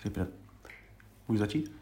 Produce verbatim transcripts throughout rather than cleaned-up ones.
Připrav. Můžu začít?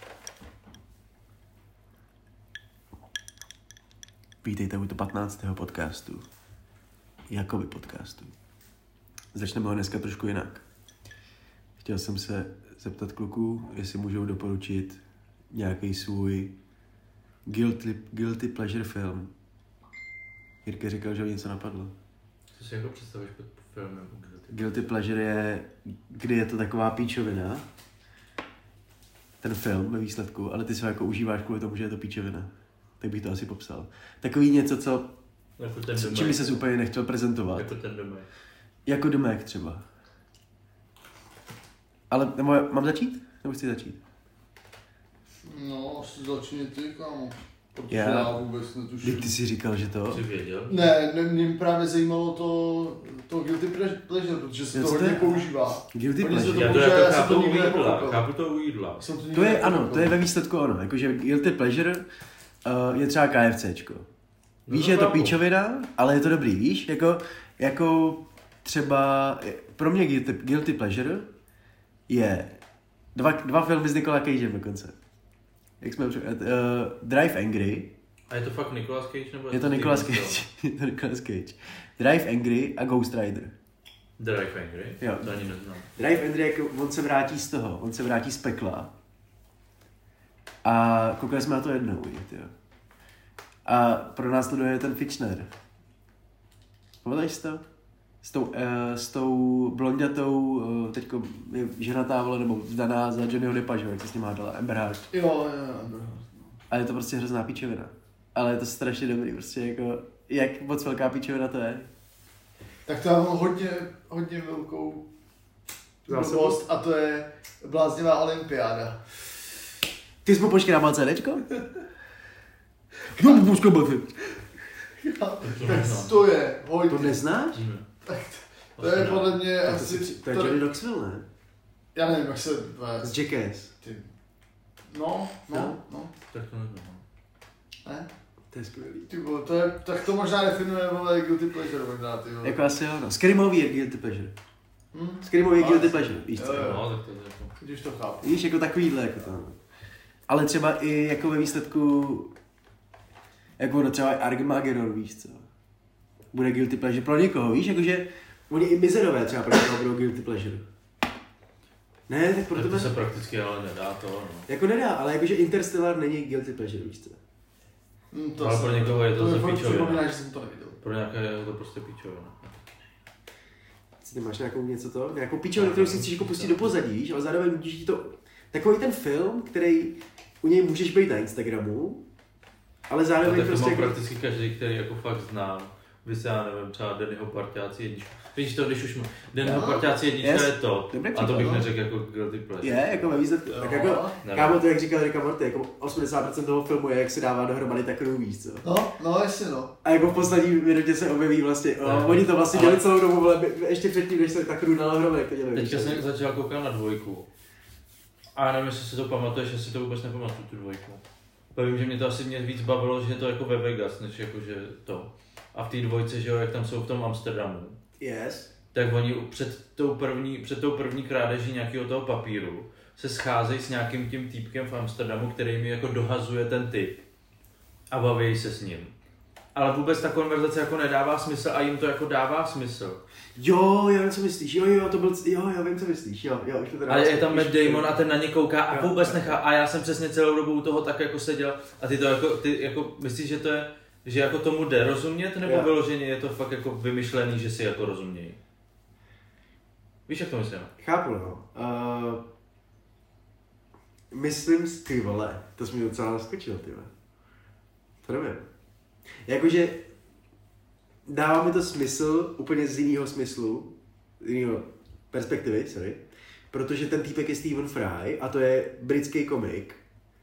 Vítejte u to patnáctého podcastu. Jakoby podcastu. Začneme ho dneska trošku jinak. Chtěl jsem se zeptat kluků, jestli můžou doporučit nějaký svůj guilty, guilty pleasure film. Jirka říkal, že ho něco napadlo. Co si jako představíš pod filmem? Guilty pleasure je, kdy je to taková píčovina, ten film ve výsledku, ale ty se jako užíváš kvůli tomu, že je to píčovina. Tak bych to asi popsal. Takový něco, co, Jako ten co čím by ses úplně nechtěl prezentovat. Jako ten domek. Jako domek třeba. Ale nebo, mám začít? Nebo chci začít? No, asi začni ty, kámo. Protože Já? já vůbec netuším. Ty, ty jsi říkal, že to? Jsi věděl? Ne, ne, mě právě zajímalo to, to guilty pleasure, protože se Jo, to co to hodně je? používá. Guilty Hodně se pleasure. Já to používá, jako jsem chápu to u nikdy jídla, nepochopil. chápu to u jídla. Jsem to nikdy To je, ano, nepochopil. to je ve výsledku ono. Jakože guilty pleasure uh, je třeba KFCčko. Víš, No že je to chápu. píčovina, ale je to dobrý, víš? Jako, jako třeba, pro mě guilty, guilty pleasure je dva, dva filmy s Nicolas Cagem dokonce. Jak jsme uh, Drive Angry, A je to fakt Nicolas Cage nebo je to Nicolas Cage, je to Nicolas Cage. Drive Angry a Ghost Rider. Drive Angry? Jo. To ani neznám. Drive Angry, jako on se vrátí z toho, on se vrátí z pekla. A koukali jsme na to jednou, jo. A pro nás to je ten Fitchner. Pamatuješ si to? S tou, uh, s tou blondětou, uh, teďko je ženatá, vole, nebo vdaná za Johnnyho Deppa, že jo, jak se s ním hádala, Amber Heard. Jo, jo, jo. A je to prostě hrozná píčovina. Ale je to strašně dobrý, prostě jako, jak moc velká píčovina to je. Tak to já mám hodně, hodně velkou Zásobu? blbost a to je Bláznivá olympiáda. Ty jsi mu počkrámal CDčko? Jo, mu počkrámal Tak to je hodně. To neznáš? Ne. To je podle mě Tak to, asi... si, to je Johnny Knoxville, ne? Já nevím, jak se... Z Jackass. Ty. No, No. no, no. Tak to neznám. Ne? To je skvělý. Ty vole, to je, tak to možná definuje, vole, guilty pleasure možná, ty vole. Jako asi jo, no. Scary Movie je guilty pleasure. Hm? Scary Movie je No, guilty asi. pleasure, víš co? Jo, jo. No, tak to je jako... Když to chápu. Víš, jako takovýhle, jako to. Ale třeba i jako ve výsledku, jako no třeba Armageddon, víš co? Bude guilty pleasure pro někoho, víš, jakože oni i mizerové třeba pro někoho budou guilty pleasure. Ne, tak pro Tak to tebe, se prakticky ale nedá to, no. jako nedá, ale jakože Interstellar není guilty pleasure, víš co? Hm, Ale jsem- pro někoho je to mi za fakt píčovina. připomíná, že jsem to neviděl. Pro nějaké je to prostě píčovina. Ty máš nějakou něco to? Nějakou píčovinu, kterou si chceš jako pustit do pozadí, víš, ale zároveň můžeš ti to... Takový ten film, který u něj můžeš být na Instagramu, ale A zároveň tak to prostě... má Jako... prakticky každý, který jako fakt znám. Vy se, já nevím, třeba Dannyho parťáci jedničku. Víš to, když už má... Dannyho No. parťáci jednička Yes. je to. Dobrý A to bych příklad, no. neřekl jako guilty pleasure. Je, jako ve výsledku. Tak jako, nevím. kámo, to jak říkal Ricka Morty, jako osmdesát procent toho filmu je, jak se dává dohromady tak víc, co? No, no jasně no. A jako v poslední minutě se objeví vlastně, o, Ne. oni to vlastně Ale- dělali celou dobu, ale ještě předtím, než se tak dala dohromady, jak to dělali. Teďka jsem začal koukat na dvojku. A já nevím, jestli si to pamatuješ, jestli to vůbec nepamatuju, tu dvojku. Povím, že mě to asi mě víc bavilo, že je to jako ve Vegas, než jako, že to. A v té dvojce, že jo, jak tam jsou v tom Amsterdamu, Yes. tak oni před tou první, před tou první krádeží nějakého toho papíru se scházejí s nějakým tím týpkem v Amsterdamu, který mi jako dohazuje ten typ. A baví se s ním. Ale vůbec ta konverzace jako nedává smysl a jim to jako dává smysl. Jo, já vím, co myslíš, jo, jo, to byl, jo, já vím, co myslíš, jo, jo, už to teda... Ale je tam Matt Damon a ten na ně kouká a Jo. vůbec nechá. A já jsem přesně celou dobu u toho tak jako seděl. A ty to jako, ty jako myslíš, že to je, že jako tomu jde rozumět, nebo Jo. vyloženě je to fakt jako vymyšlený, že si jako rozumějí? Víš, jak to myslím? Chápu, no. Uh, myslím si, ty vole, to jsi mi docela naskočil, ty vole. To nevím. Jakože dává mi to smysl úplně z jiného smyslu, z jiného perspektivy, sorry, protože ten týpek je Stephen Fry a to je britský komik.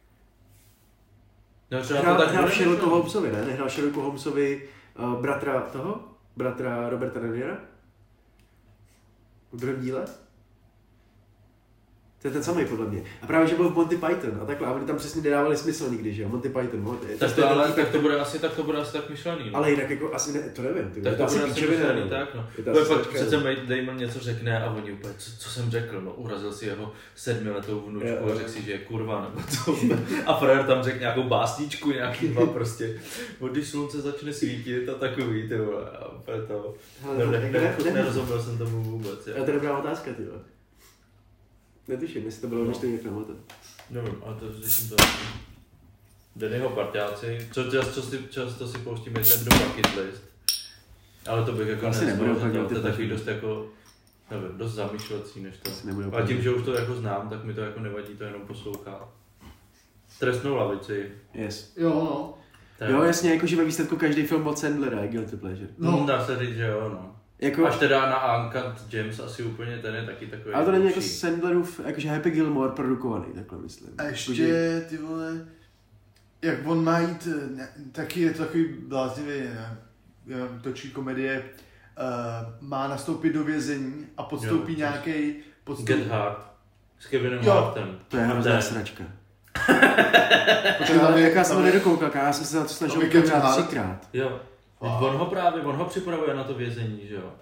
No, třeba Hrál, to tak hrál bude, Sherlocku ne? Holmesovi, ne? Nehrál Sherlocku Holmesovi uh, bratra toho? Bratra Roberta De Nira? V druhém díle? To je ten samý podle mě. A právě, že byl v Monty Python a takhle, a oni tam přesně nedávali smysl nikdy, že jo, Monty Python. Monty, tak, to, ale, tak to bude asi, tak to bude asi tak myšlený. No. Ale jinak jako asi ne, to nevím. Ty, tak to, to bude asi myšlený, tak no. To pak přece Matt Damon něco řekne a oni úplně, co, co jsem řekl, no, urazil si jeho sedmiletou vnučku jo, jo. a řekl si, že je kurva, nebo to. A Frér tam řekl nějakou básničku, nějaký dva prostě, když slunce začne svítit a takový, ty vole, a úplně to. Nerozuměl jsem tomu vůbec. A to je dobrá otázka, ty vole. Netuším, jestli to bylo no. Než to to. Nevím, ale to řeším to. Dannyho parťáci, co často si, často si pouštíme ten do bucket list. Ale to bych jako nezval, to je takový dost jako, nevím, dost zamýšlecí než to. A tím, že už to jako znám, tak mi to jako nevadí, to jenom poslouchá. Trestnou lavici. Yes. Jo, no. Tak. Jo, jasně, jakože ve výsledku každý film od Sandlera je guilty pleasure. No, dá se říct, že jo, no. Jako... Až teda na Uncut Gems asi úplně ten je taky takový. Ale to není jako Sandlerův, jakože Happy Gilmore produkovaný, takhle myslím. A ještě, ty vole, jak on má jít, ne, taky je to takový bláznivý, ne, točí komedie, uh, má nastoupit do vězení a podstoupí jo, nějaký podstoup... Get Hard s Kevinem Hartem. To je hrozná sračka. Počkej, jak já jsem ho nedokoukal, já jsem se na to snažil ukázat třikrát. Jo. Wow. On ho právě, on ho připravuje na to vězení, že jo?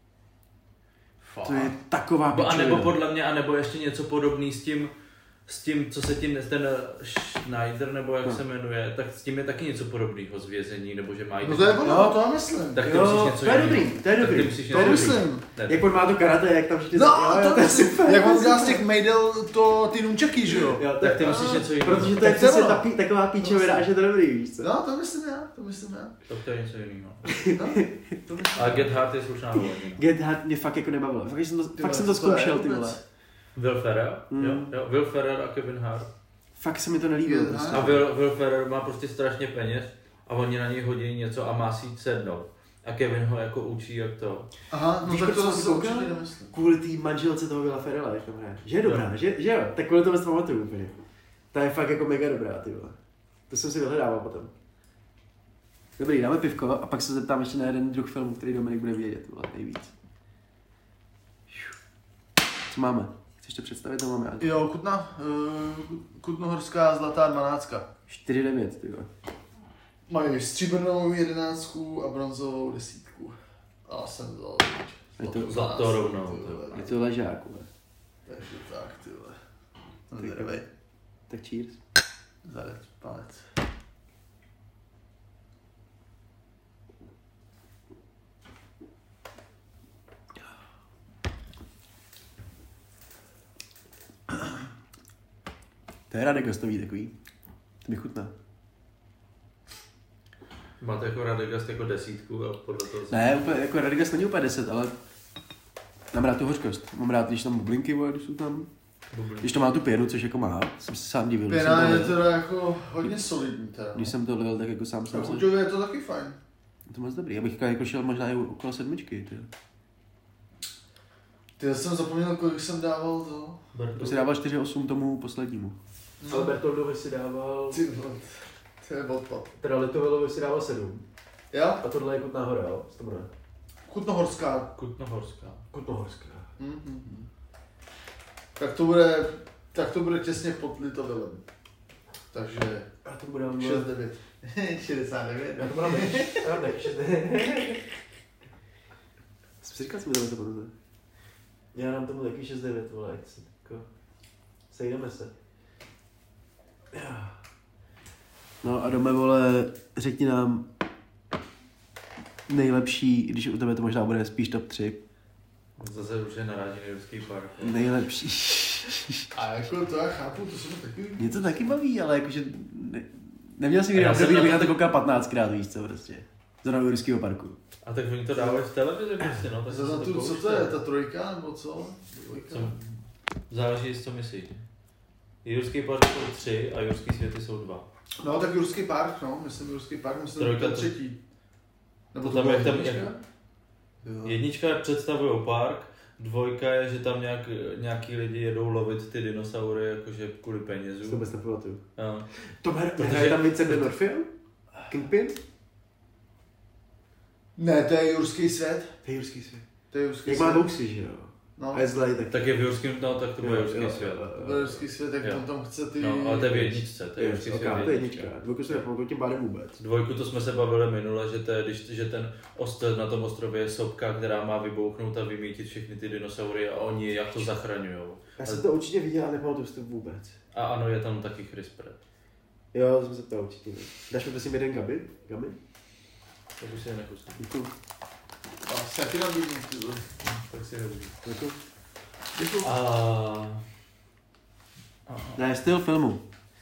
Fakt. To je taková pičovina. A nebo podle mě, a nebo ještě něco podobný s tím, s tím, co se tím, ten Schneider, nebo jak no. se jmenuje, tak s tím je taky něco podobného z vězení, nebo že má jít... No to je ono, no, to já myslím. Tak ty jo, myslíš něco to je dobrý, to je dobrý, to je myslím. Jak on má to karate, jak tam všichni... No, jo, to je super. Jak on dělá z těch mejdel to ty nunčaky, že jo? jo tak ty myslíš něco jiného. Protože to je přesně ta, taková píčovina, že to je dobrý, víš co? No, to myslím já, to myslím já. Tak to je něco jiného. A Get Hard je slušná hovorina. Get Hard mě fakt jako nebavilo, fakt jsem to, fakt jsem to zkoušel, ty vole. Will Ferrell, mm. jo, jo, Will Ferrell a Kevin Hart. Fakt se mi to nelíbilo. Prostě. A Will, Will Ferrell má prostě strašně peněz a oni na něj hodí něco a má si jít sednout. A Kevin ho jako učí, jak to. Aha, no víš, tak to zase určitě nemyslím. Kvůli té manželce toho Willa Ferrella, jak tam hraje. Že je dobrá, že, že jo, tak kvůli tomu si pamatuju úplně. Ta je fakt jako mega dobrá, ty vole. To jsem si vyhledával potom. Dobrý, dáme pivko a pak se zeptám ještě na jeden druh filmu, který Dominik bude vědět, vole, nejvíc. Co máme? Chceš to představit, to máme? Jo, Kutna, uh, Kutnohorská zlatá dvanáctka. čtyři devět, ty vole. Mají stříbrnou jedenáctku a bronzovou desítku. A jsem vzal je to zlato rovnou. Je to ležák, vole. Takže tak, ty vole. Tak, tak cheers. Zadec palec. To je Radegostový takový. To mi chutná. Máte jako Radegast jako desítku a podle toho... Ne, úplně, jako Radegast není úplně deset, ale mám rád tu hořkost. Mám rád, když tam bublinky, vole, když jsou tam. Bublinky. Když to má tu pěnu, což jako má, jsem se sám divil. Pěna je teda jako hodně solidní teda. Když jsem to lil, tak jako sám jsem se... Chuťově je to taky fajn. Je to moc dobrý, abych jako šel možná i okolo sedmičky, ty. Ty jsem zapomněl, kolik jsem dával to. To si dával čtyři osm tomu poslednímu. No. Ale Bertoldovi si dával... Ty vole, to je odpad. Teda Litovelovi si dával sedm. Jo? A tohle je Kutná hora, jo? Co to bude? Kutnohorská. Kutnohorská. Kutnohorská. Mm-hmm. Tak to bude, tak to bude těsně pod Litovelem. Takže... A to bude... šedesát devět. šedesát devět. Já to bude než. Já ne, šedesát devět. Jsem si říkal, co mi to bude. Já nám tomu taky šedesát devět, vole, jak se jako... Sejdeme se. No a Dome, vole, řekni nám nejlepší, když u tebe to možná bude spíš top tři. Zase už je naráží Jurský park. Nejlepší. A jako to já chápu, to jsem taky... Mě to taky baví, ale jakože... Ne, neměl jsem někdy období, kdybych na to koukal patnáctkrát, víš co, prostě. Zrovna u Jurského parku. A tak oni to dávají v televizi prostě, no. Tak za tu, co to je, ta trojka, nebo co? Dvojka? Co? Záleží, co myslíš. Jurský park jsou tři a Jurský světy jsou dva. No tak Jurský park, no, myslím Jurský park, myslím Trojka to třetí. Nebo to, to tam, jak tam jednička? Jak... Jednička představujou park, dvojka je, že tam nějak, nějaký lidi jedou lovit ty dinosaury, jakože kvůli penězům. To vůbec nepamatuju. No. To hraje tam Vincent D'Onofrio? Kingpin? Ne, to je Jurský svět. To je Jurský svět. To je Jurský jak svět. má boxy, že jo? No. A je zlej, tak... Tak je v Jurském, no tak to byl Jurský svět. To byl Jurský svět, tak on tam chce ty... No, ale to je v jedničce, to je Jurský yes, svět okay, to je jednička. Dvojku se nepamatuju tím pádem vůbec. Dvojku to jsme se bavili minule, že, to je, když, že ten ostrov na tom ostrově je sopka, která má vybouchnout a vymítit všechny ty dinosaury a oni jak to zachraňujou. Já jsem to určitě viděl, ale nepamatuju si to vůbec. A ano, je tam taky Chris Pratt. Jo, to jsem se ptal určitě. Dáš mi prosím jeden gabi? Gabi? Tak už si je nekusím. Děkuju. A se taky nabídím, ty vole. Tak si ho vidím. Děkuju. Děkuju. A... a... Ne, styl filmu.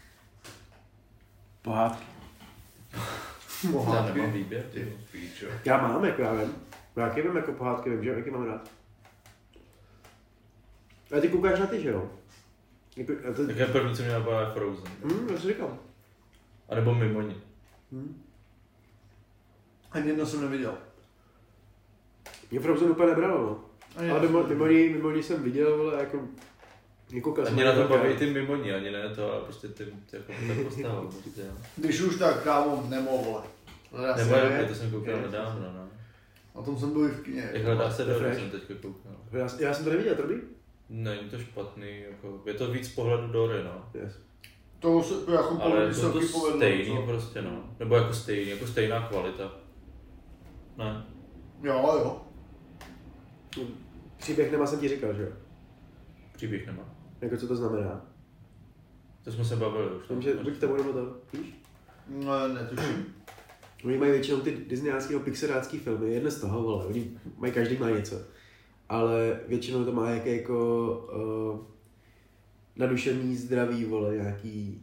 Pohádky. Já Pohádky. nemám výběr, ty. Ty píčo. Já mám, jako já vím. Já jaký vím jako pohádky, vím, že jaký mám rád. A ty koukáš na ty, že jo? Jako, a to... Tak je první, co mě napadá, je Frozen. Hm, já si říkám. A nebo Mimo ní. Hm. Ani jedno jsem neviděl. Mě Frozen úplně nebralo, no. Ani Ale jedno mimo, jsem mimo, ní, mimo ní jsem viděl, vole, jako... Někoukal A jsem mě na to nějaké- baví ty Mimo ní, ani ne to, ale prostě ty, ty jako ta postava. Prostě, jo. Když už tak, kámo, Nemo, vole. Hledá Nebo série. je, to jsem koukal Je, nedávno, no. O tom jsem byl i v kině. Jak hledá se To je do fresh. jsem teďka koukal. Já, já jsem to neviděl, to dobrý? Není to špatný, jako, je to víc z pohledu Dory, no. Yes. To se jako Ale povedlo, je to, to povedlo. stejný co? prostě, no. Nebo jako stejný, jako stejná kvalita. Ne. Jo, jo. Příběh nemá, jsem ti říkal, že jo? Příběh nemá. Jako co to znamená? To jsme se bavili už. Vím, že buď tomu nebo to, víš? No, netuším. Oni mají většinou ty disneyácký nebo pixarácký filmy, jedno z toho, vole, oni mají, každý má něco. Ale většinou to má jaké jako uh, nadušený zdraví, vole, nějaký,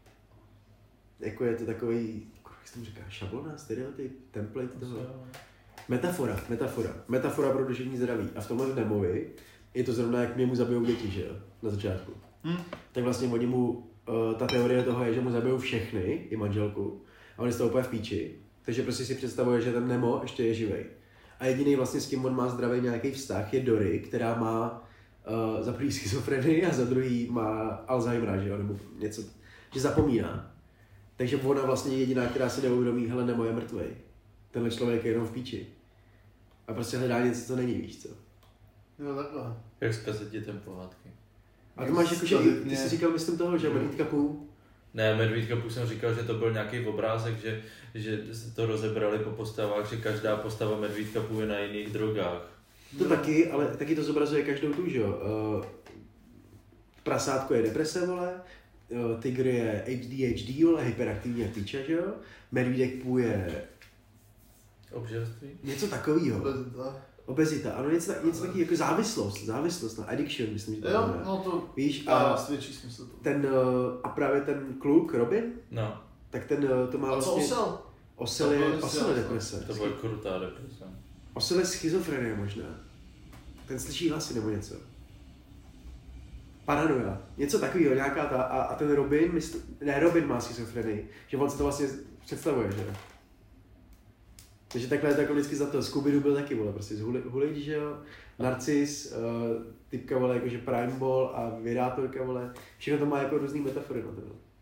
jako je to takový, jak se tomu říká, šablona, stereotyp, template toho. Metafora, metafora, metafora pro duševní zdraví. A v tomhle Nemovi je to zrovna, jak mě mu zabijou děti, že jo, na začátku. Hm? Tak vlastně oni mu, uh, ta teorie toho je, že mu zabijou všechny, i manželku, a on je z toho úplně v píči. Takže prostě si představuje, že ten Nemo ještě je živej. A jediný vlastně, s kým on má zdravý nějaký vztah, je Dory, která má uh, za první schizofrenii a za druhý má Alzheimera, že jo, nebo něco, že zapomíná. Takže ona vlastně je jediná, která si neuvědomí, hele, Nemo je mrtvej. Tenhle člověk je jenom v píči. A prostě hledá něco, co není, víš co. Jo, takhle. Jak zkazit dětem pohádky. A to máš jako, že Skazitně. ty jsi říkal, myslím toho, že Medvídka půl. Ne, Medvídka Pů jsem říkal, že to byl nějaký obrázek, že, že se to rozebrali po postavách, že každá postava Medvídka Pů je na jiných drogách. To taky, ale taky to zobrazuje každou tu, že jo. Uh, prasátko je deprese, vole. Uh, tygr je H D H D, vole, hyperaktivní jak píča, že jo. Medvídek půl je Obžerství? něco takového. Obezita. Obezita, ano, něco, něco takový jako závislost, závislost na addiction, myslím, že to Jo, znamená. no to Víš, dává a svědčí smysl to. ten, uh, a právě ten kluk, Robin, No, tak ten uh, to má A co vlastně... osel? Osel To je, bylo osel je osel. deprese. to byla krutá deprese. Osel je schizofrenie možná. Ten slyší hlasy nebo něco. Paranoia. Něco takového, nějaká ta, a, a ten Robin, mysl, ne Robin má schizofrenii, že on se to vlastně představuje, že jo. Takže takhle je to jako vždycky za to. Scooby-Doo byl taky, vole, prostě z Hulid, že jo. Narcis, uh, typka, vole, jakože Prime Ball a Virátorka, vole. Všechno to má jako různý metafory na to.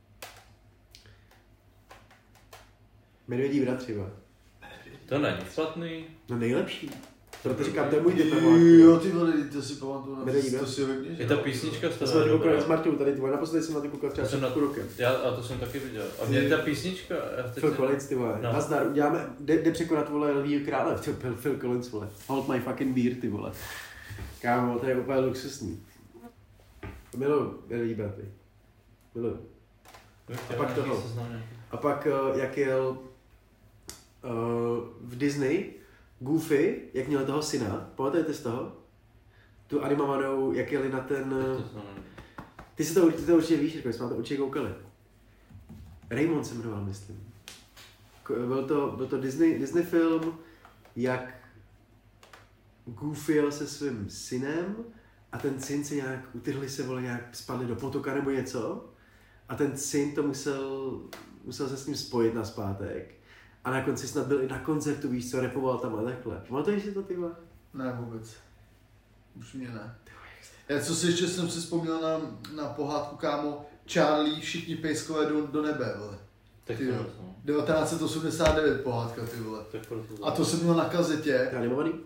Medvědí bratři, vole. To není špatný. No nejlepší. Proto říkám, to je můj typ na Jo, pohádku. ty vole, to si pamatuju, na Medvědí to bratři. si hodně, že Je ta jo. písnička z To toho jsme je koukali dobrá. s Martou, tady tvoje, naposledy jsem na to koukal třeba To jsem před na- půl rokem. Já, a to jsem taky viděl. A mě ta písnička... já teď Phil se- Collins, ty vole. No. Nazdar, uděláme, jde, jde překonat, vole, Lvího krále. Ty, Phil, Phil Collins, vole. Hold my fucking beer, ty vole. Kámo, to je úplně luxusní. Miluju, Medvědí bratry. Miluju. A pak toho. A pak, uh, jak jel uh, v Disney, Goofy, jak měl toho syna, pamatujete z toho? Tu animovanou, jak jeli na ten... Uh, ty si to, ty to určitě víš, jako jsme na to určitě koukali. Raymond se jmenoval, myslím. K- Byl to, byl to Disney, Disney film, jak Goofy jel se svým synem a ten syn se nějak, utrhli se, vole, nějak spadli do potoka nebo něco a ten syn to musel, musel se s ním spojit nazpátek a na konci snad byl i na koncertu, víš co, repoval tam a takhle. Pamatuješ si to, ty vole? Ne, vůbec. Už mě ne. Já co si ještě jsem si vzpomněl na, na pohádku, kámo, Charlie, všichni pejskové do, do nebe, vole. Tak Ty to jo. je devateľnát set osmdesát devět pohádka, ty vole. tak proto. A to jsem měl na kazetě. To je animovaný?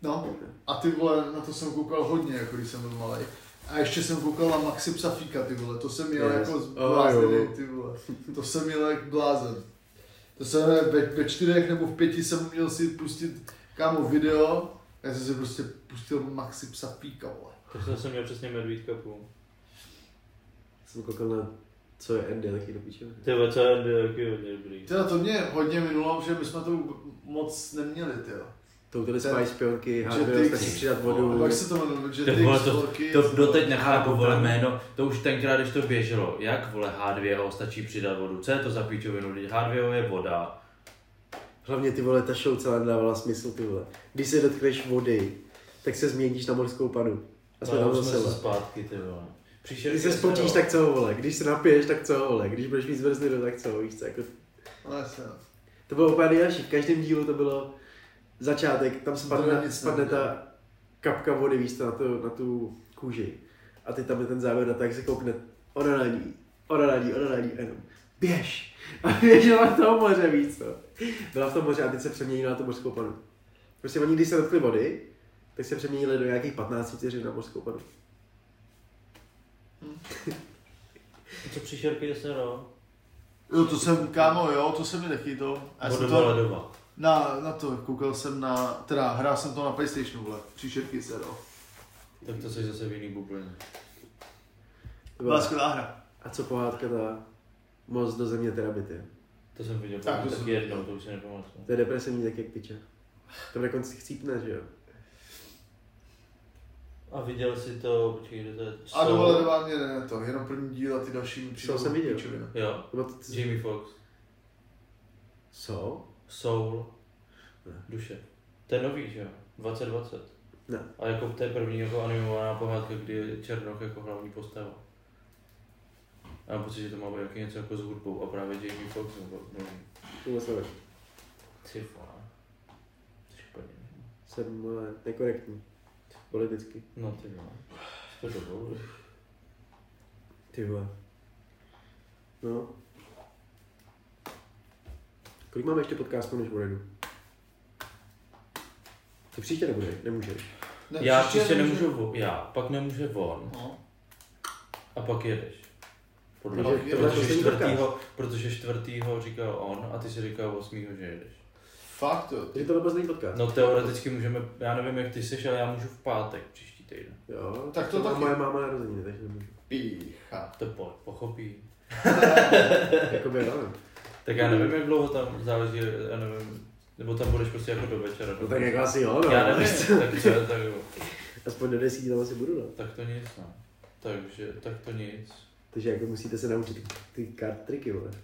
No, a ty vole, na to jsem koukal hodně, jako když jsem byl malej. A ještě jsem koukal na Maxi Psafíka, ty vole, to jsem měl Yes. jako Oh, blázny, ty vole. To jsem měl jak blázen. To jsem ve, ve čtyřech nebo v pěti jsem měl si pustit, kámo, video. Já jsem si prostě pustil Maxi Psafíka, vole. To jsem měl přesně Medvídka půl. Jsem koukal na co je Andy, taky do píče. Ty vole, co je taky hodně dobrý. Teda to mě hodně minulo, že my jsme to moc neměli, ty jo. To byly spájí špionky, H Že B O, ty- stačí přidat No, vodu. jak se to jmenuje, že To, ty vole, to, holky- to doteď nechápu, H- vole, jméno, to už tenkrát, když to běželo, jak, vole, H dva O stačí přidat vodu, co je to za píčovinu, když H dva O je voda. Hlavně ty vole, ta show celá nedávala smysl, ty vole. Když se dotkneš vody, tak se změníš na morskou panu. A jsme No, tam už jsme zase. se zpátky, ty vole. Příště Když se spotíš, tak co, vole. Když se napiješ, tak co, vole. Když budeš mít zmrzlinu, tak co, víš co, jako... No jasně, no. To bylo úplně nejlepší. V každém dílu to bylo začátek, tam To spadne, nic spadne neviděl. ta kapka vody, víš co, na, to, na tu kůži. A ty tam je ten závěr na to, jak se koukne, ona na ní, ona na ní, ona na ní, a jenom běž. A běžela v tom moře, víc co. Byla v tom moře a teď se přeměnila na tu mořskou panu. Prostě oni, když se dotkli vody, tak se přeměnili do nějakých patnáct vteřin na mořskou panu. Co příšerky je se, no? Jo, to jsem, kámo, jo, to jsem mi nechytil. Já jsem Vodová to, ledová. na, na to, koukal jsem na, teda hrál jsem to na PlayStationu, vole, příšerky se, no. Tak to jsi zase v jiný bublině. To Byla byla... skvělá hra. A co pohádka ta Most do země terabity? To jsem viděl Tak, tak, to taky jsem jednou, viděl. to už si nepamatuju. To je depresivní tak jak piče. To na konci chcípne, že jo? A viděl jsi to, počkej, kde to je? A dovoledová mě ne, to, jenom první díl a ty další mi přijdou jsem viděl. píčovina. Jo, To bylo to... Jamie Foxx. Co? Soul. Ne. Duše. To je nový, že jo? dvacet dvacet. Ne. A jako to je první jako animovaná pohádka, kdy je Černoch jako hlavní postava. A mám pocit, že to má být jaký něco jako s hudbou a právě Jamie Foxx nebo nový. To vůbec nevím. Ty vole. Špatně. Jsem uh, nekorektní. Politicky. No ty vole. To dovolí. Ty vole. No. Kolik máme ještě podcastů, než odjedu? Ty příště nebudeš, nemůžeš. Ne, Já příště nemůžu, vo- já, pak nemůže on No. a pak jedeš. Podle Takže mě, tohle protože poslední čtvrtýho, protože čtvrtýho říkal on a ty si říkal osmýho, že jedeš. Fakt jo. Takže tohle poslední podcast. No teoreticky můžeme, já nevím jak ty seš, ale já můžu v pátek příští týden. Jo, Tak to má taky. moje máma narozeniny, takže nemůžu. Pícha. To po, pochopí. Jakoby, no. Tak já nevím, jak dlouho tam záleží, já nevím, nebo tam budeš prostě jako do večera. No tak jako asi jo, no. Já nevím, tak, co, tak, jo. Aspoň do desíti tam asi budu, no. tak to nic, no. Takže, tak to nic. Takže jako musíte se naučit ty kart triky, vole.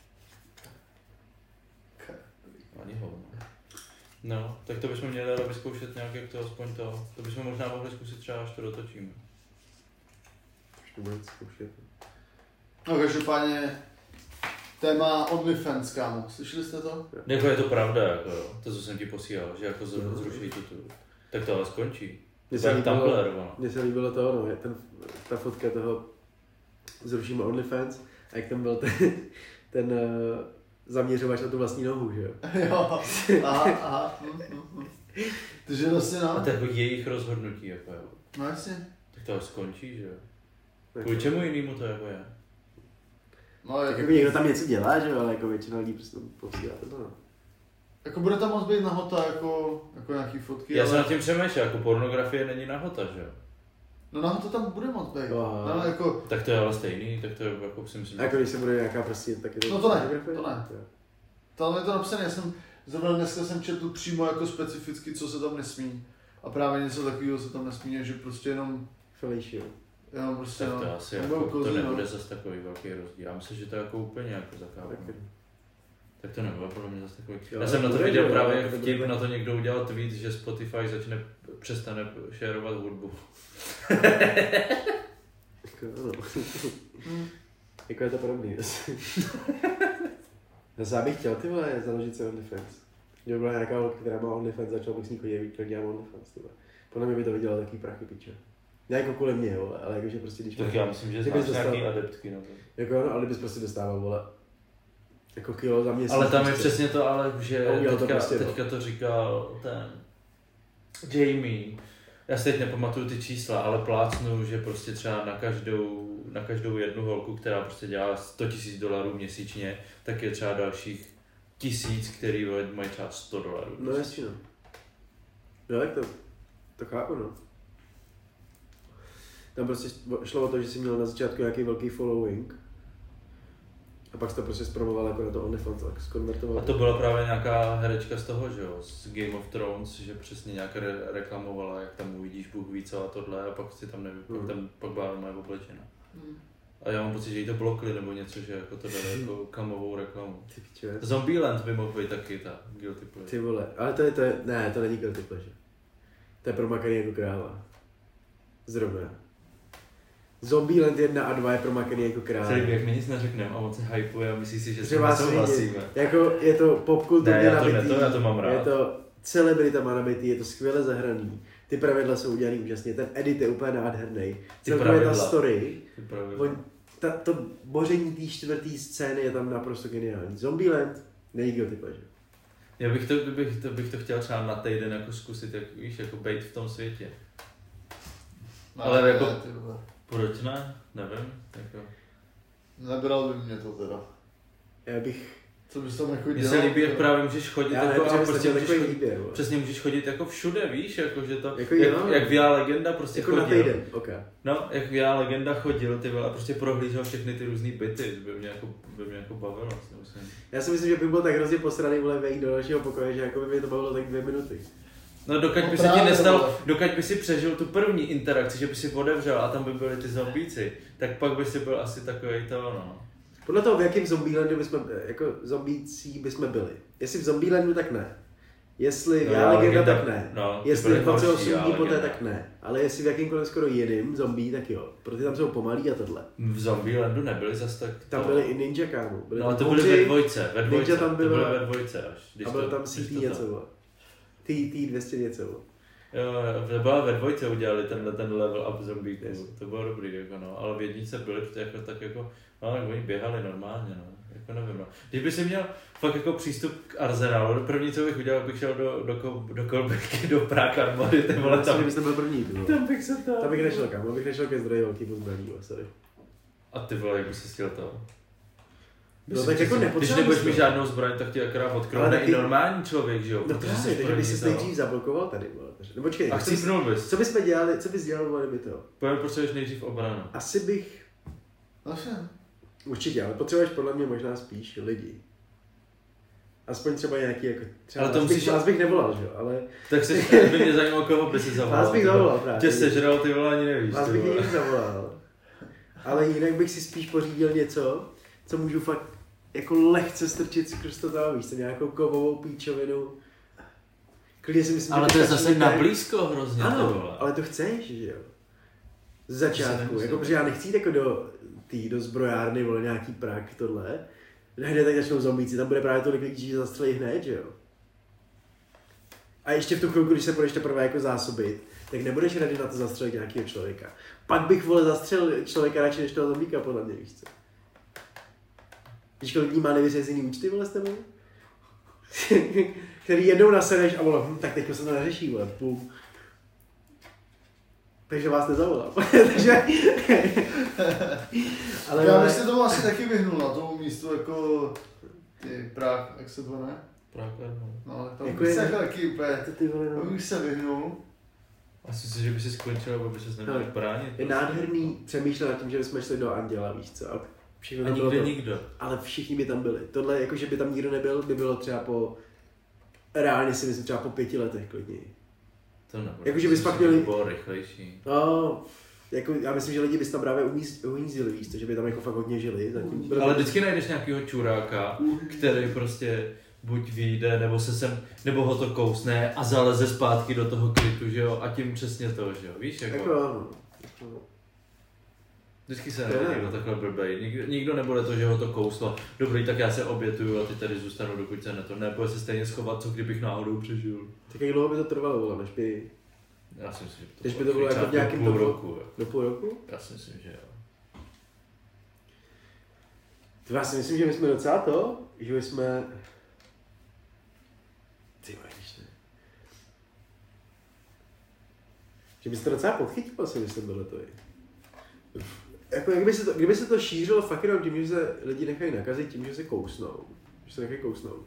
Ani hovno. No, tak to bychom měli ale vyzkoušet nějak, jak to aspoň to. To bychom možná mohli zkusit třeba, až to dotočíme. Už to bude zkoušet. No každopádně téma OnlyFans, kámo. Slyšeli jste to? Jako je to pravda, jako jo. To, co jsem ti posílal, že jako z- No. zruší to tu. Tak to ale skončí. Mně To se je jak líbilo, Tumblr, no. mně se líbilo to, no, je ten, ta fotka toho zrušíme OnlyFans a jak tam byl ten, ten uh, zaměřovač na tu vlastní nohu, že jo? Jo. Aha, aha. Hm, hm, hm. Takže vlastně A no. to je jako jejich rozhodnutí, jako jo. No jasně. Tak to ale skončí, že jo. Tak, Kvůli čemu jinému to jako je? No tak jako, jako někdo tam něco dělá, že jo, ale jako většina lidí prostě posílá to, no. jako bude tam moc být nahota jako, jako nějaký fotky, Já ale... jsem nad tím přemýšlel, jako pornografie není nahota, že jo. No nahota tam bude moc být. Aha. No jako, Tak to je ale stejný, tak to je jako si myslím. A jako když se bude nějaká prostě, tak je to... No to ne, fotografie? to ne. Jo. tam je to napsané, já jsem zrovna dneska jsem četl přímo jako specificky, co se tam nesmí. A právě něco takového se tam nesmí, že prostě jenom, Fellatio. jenom prostě Tak no, to asi nebudou jako, to kozy, no. nebude zase takový velký rozdíl. Já myslím, že to je jako úplně jako zakázané. Taky. Tak to nebylo podle mě zase takový. Jo, Já jsem na to bude, viděl jo, právě jako to vtip, bude. na to někdo udělal tweet, že Spotify začne, přestane šerovat hudbu. Jako, ano. Hmm. Jako je to podobný. Já bych chtěl, ty vole, založit si OnlyFans. Kdyby byla nějaká holka, která má OnlyFans, začal bych s ní chodit, jak dělám OnlyFans, ty vole. Podle mě by to vydělalo takový prachy piče. Ne jako kvůli mě, vole, ale jakože prostě když... Tak já myslím, že Kdybys znáš dostal- nějaký adeptky na to. Jako ano, ale bys prostě dostával, vole, jako kilo za měsíc. Ale tam je prostě. přesně to, ale že A udělal to teďka, prostě, no. teďka to říkal ten, Jamie, já si teď nepamatuju ty čísla, ale plácnu, že prostě třeba na každou, na každou jednu holku, která prostě dělá sto tisíc dolarů měsíčně, tak je třeba dalších tisíc, který mají třeba sto dolarů. No jasně, no. No tak to, to chápu, no. Tam prostě šlo o to, že jsi měl na začátku nějaký velký following a pak jsi to prostě zpromoval jako na to OnlyFans, tak zkonvertoval. A to byla právě nějaká herečka z toho, že jo, z Game of Thrones, že přesně nějak re- reklamovala, jak tam uvidíš Bůh ví co a tohle a pak si tam nevím, hmm. pak tam pak byla normálně oblečena. Hmm. A já mám pocit, že jí to blokli nebo něco, že jako to dali jako kamovou reklamu. Zombieland by mohl být taky ta guilty pleasure. Ty vole, ale to je, to je, ne, to není guilty pleasure. To je promakaný jako kráva. Zrovna. Zombieland jedna a dva je promakaný jako kráva. Celý jak my nic neřekneme a on se hypuje a myslí si, že s tím souhlasíme. Jako je to popkulturně ne, nabitý. Ne, to, já to mám rád. Je to celebrita má nabitý, je to skvěle zahraný. Ty pravidla jsou udělaný úžasně, ten edit je úplně nádherný. Celkově ta story, on, ta, to boření té čtvrté scény je tam naprosto geniální. Zombieland není guilty pleasure. Já bych to, bych, to, bych to chtěl třeba na týden jako zkusit, jak, víš, jako být v tom světě. No, ale jako, ne, proč ne? Nevím. Jako. Nebral by mě to teda. Já bych... Co bys tam jako dělal? Mně se líbí, jak právě můžeš chodit já jako, ne, a prostě můžeš chodit, líbě, přesně můžeš chodit jako všude, víš, jako že to, jako jak, jo, jak V R Legenda prostě jako chodil. Jako na týden, ok. No, jak V R Legenda chodil, ty vole, a prostě prohlížel všechny ty různý byty, by mě jako, by mě jako bavilo, vlastně musím. Já si myslím, že by byl tak hrozně posraný, vole, vejít do dalšího pokoje, že jako by mě to bavilo tak dvě minuty. No dokud by no, se ti nestal, dokud by si přežil tu první interakci, že by si otevřel a tam by byli ty zombíci, tak pak by si byl asi takovej to, no. Podle toho, v jakém Zombielandu bychom, jako zombící bychom byli. Jestli v Zombielandu, tak ne. Jestli v no, Legenda, tak ne. No, jestli v dvacet osm dní poté, tak ne. Ale jestli v jakýmkoliv skoro jiným zombie, tak jo. Protože tam jsou pomalí a tohle. V Zombielandu nebyli zas tak... To... Tam byli i ninja, kámo. Byli no a to byly ve dvojce, ve dvojce. Ninja tam byly, byly ve dvojce až. A byl tam C T něco. T dvě stě něco. Jo, to byla ve dvojce, udělali tenhle ten level up zombíků, yes. To bylo dobrý, jako no, ale v jednice byli jako, tak jako, no tak oni běhali normálně, no, jako nevím, no. Když by si měl fakt jako přístup k arzenálu, první co bych udělal, bych šel do, do, do kolbeky, do Prague Armory, ty vole, tam, tam byl první, ty vole. Tam bych se tam. Tam bych nešel kam, tam bych nešel ke zdroji velkýmu zbraní, sorry. A ty vole, jak by si chtěl to? No tak jako nepotřebuješ. Když nebudeš mít žádnou zbraň, tak ti akorát odkrouhne i normální člověk, že jo? No právě, takže bys si nejdřív zablokoval tady, vole. No počkej, a chcípnul bys. Co bychom dělali, co bys dělal, vole, kdyby to? Pojď, potřebuješ nejdřív obranu. Asi bych... Asi. Určitě, ale potřebuješ podle mě možná spíš lidi. Aspoň třeba nějaký jako... Třeba ale to musíš... Vás bych nevolal, že jo, ale... Tak si by mě zajímalo, koho by si zavolal. Vás bych zavolal, právě. Tě sežral, ty vole, ani nevíš. Vás bych jinak zavolal. Ale jinak bych si spíš pořídil něco, co můžu fakt jako lehce strčit skrz to tam, víš, nějakou kovovou píčovinu. Klidně si myslím, ale že to je zase na blízko hrozně. Ano, ale to chceš, že jo. Z začátku, jako, protože já nechci jít jako do, tý, do zbrojárny, vole, nějaký prak, tohle. Hned tak začnou zombíci, tam bude právě tolik lidí, že zastřelí hned, že jo. A ještě v tu chvilku, když se budeš teprve jako zásobit, tak nebudeš ready na to zastřelit nějakého člověka. Pak bych, vole, zastřelil člověka radši než toho zombíka, podle mě, víš co. Víš, kolik lidí má nevyřezený účty, vole, s tebou? Který jednou nasereš a vole, hm, tak teďko se to neřeší, vole, pum. Takže vás nezavolám. Takže... Ale já bych se tomu asi taky vyhnul na tomu místu jako ty Prague, jak se to ne? Prague, no. No, tam jako bych se taky úplně, tam bych se vyhnul. Asi si, že by si skončil, aby ses neměl bránit. Je nádherný přemýšlet nad tím, že bychom šli do Anděla, víš co? A, a nikde to, nikdo. Ale všichni by tam byli. Tohle, jako že by tam nikdo nebyl, by bylo třeba po, reálně si myslím třeba po pěti letech klidně. To nebude. Jakože bys pak měli... Bylo rychlejší. No, jako já myslím, že lidi bys tam právě unízdili, víš co? Že by tam jako fakt hodně žili. Zatím. Ale vždycky najdeš nějakého čuráka, který prostě buď vyjde, nebo se sem, nebo ho to kousne a zaleze zpátky do toho krytu, že jo, a tím přesně to, že jo, víš, jako... Jako ano. Vždycky se nejde někdo takhle blbej, nikdo, nikdo nebude to, že ho to kouslo, dobrý, tak já se obětuju a ty tady zůstanu, dokud se ne to, nebude se stejně schovat, co kdybych náhodou přežil. Tak jak dlouho by to trvalo, vole, než by... Já si myslím, že to, by to bylo jako v nějakým půl roku. Do půl roku? Já si myslím, že jo. To já si myslím, že my jsme docela to, že my jsme... Ty víš, ne? Že by se to docela podchytilo, si myslím, tohle to je. Jako, kdyby se to, kdyby se to šířilo fakt jenom tím, že se lidi nechají nakazit tím, že se kousnou. Že se nechají kousnout.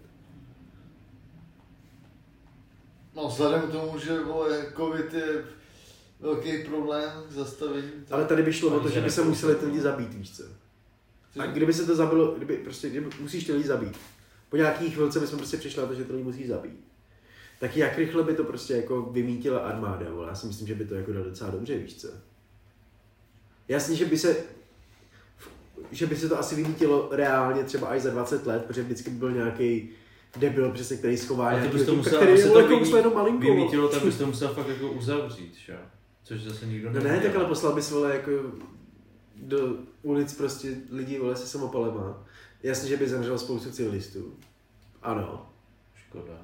No, vzhledem k tomu, že vole, covid je velký problém k zastavení. Tak... Ale tady by šlo o to, že by se museli ty lidi zabít, víš co? A kdyby se to zabilo, kdyby prostě, kdyby musíš ty lidi zabít. Po nějakých chvilce bychom prostě přišli na to, že ty lidi musí zabít. Tak jak rychle by to prostě jako vymítila armáda, vole? Já si myslím, že by to jako dalo docela dobře, víš co? Jasně, že by se, že by se to asi vymítilo reálně třeba až za dvacet let, protože vždycky by byl nějaký debil, přesně, který schová nějaký lidi, musel, který je to vymí, jenom malinko. Vymítilo, tak bys to musel fakt jako uzavřít, že? Což zase nikdo no ne, tak ale poslal bys, vole, jako do ulic prostě lidi, vole, se samopalema. Jasně, že by zemřelo spoustu civilistů. Ano. Škoda.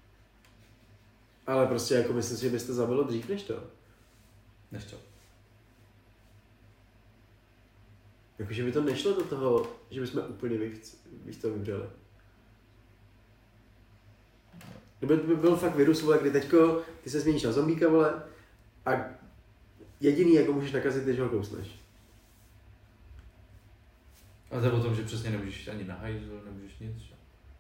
Ale prostě jako myslím si, že bys to zabilo dřív než to. Než to. Jakože by to nešlo do toho, že bychom úplně víc to vybřeli. Kdyby by byl fakt virus, vole, kdy teďko ty se změníš na zombíka, vole, a jediný, jako můžeš nakazit, je, že ho kousneš. Ale to je o tom, že přesně nemůžeš ani na hajzl, nemůžeš nic, že?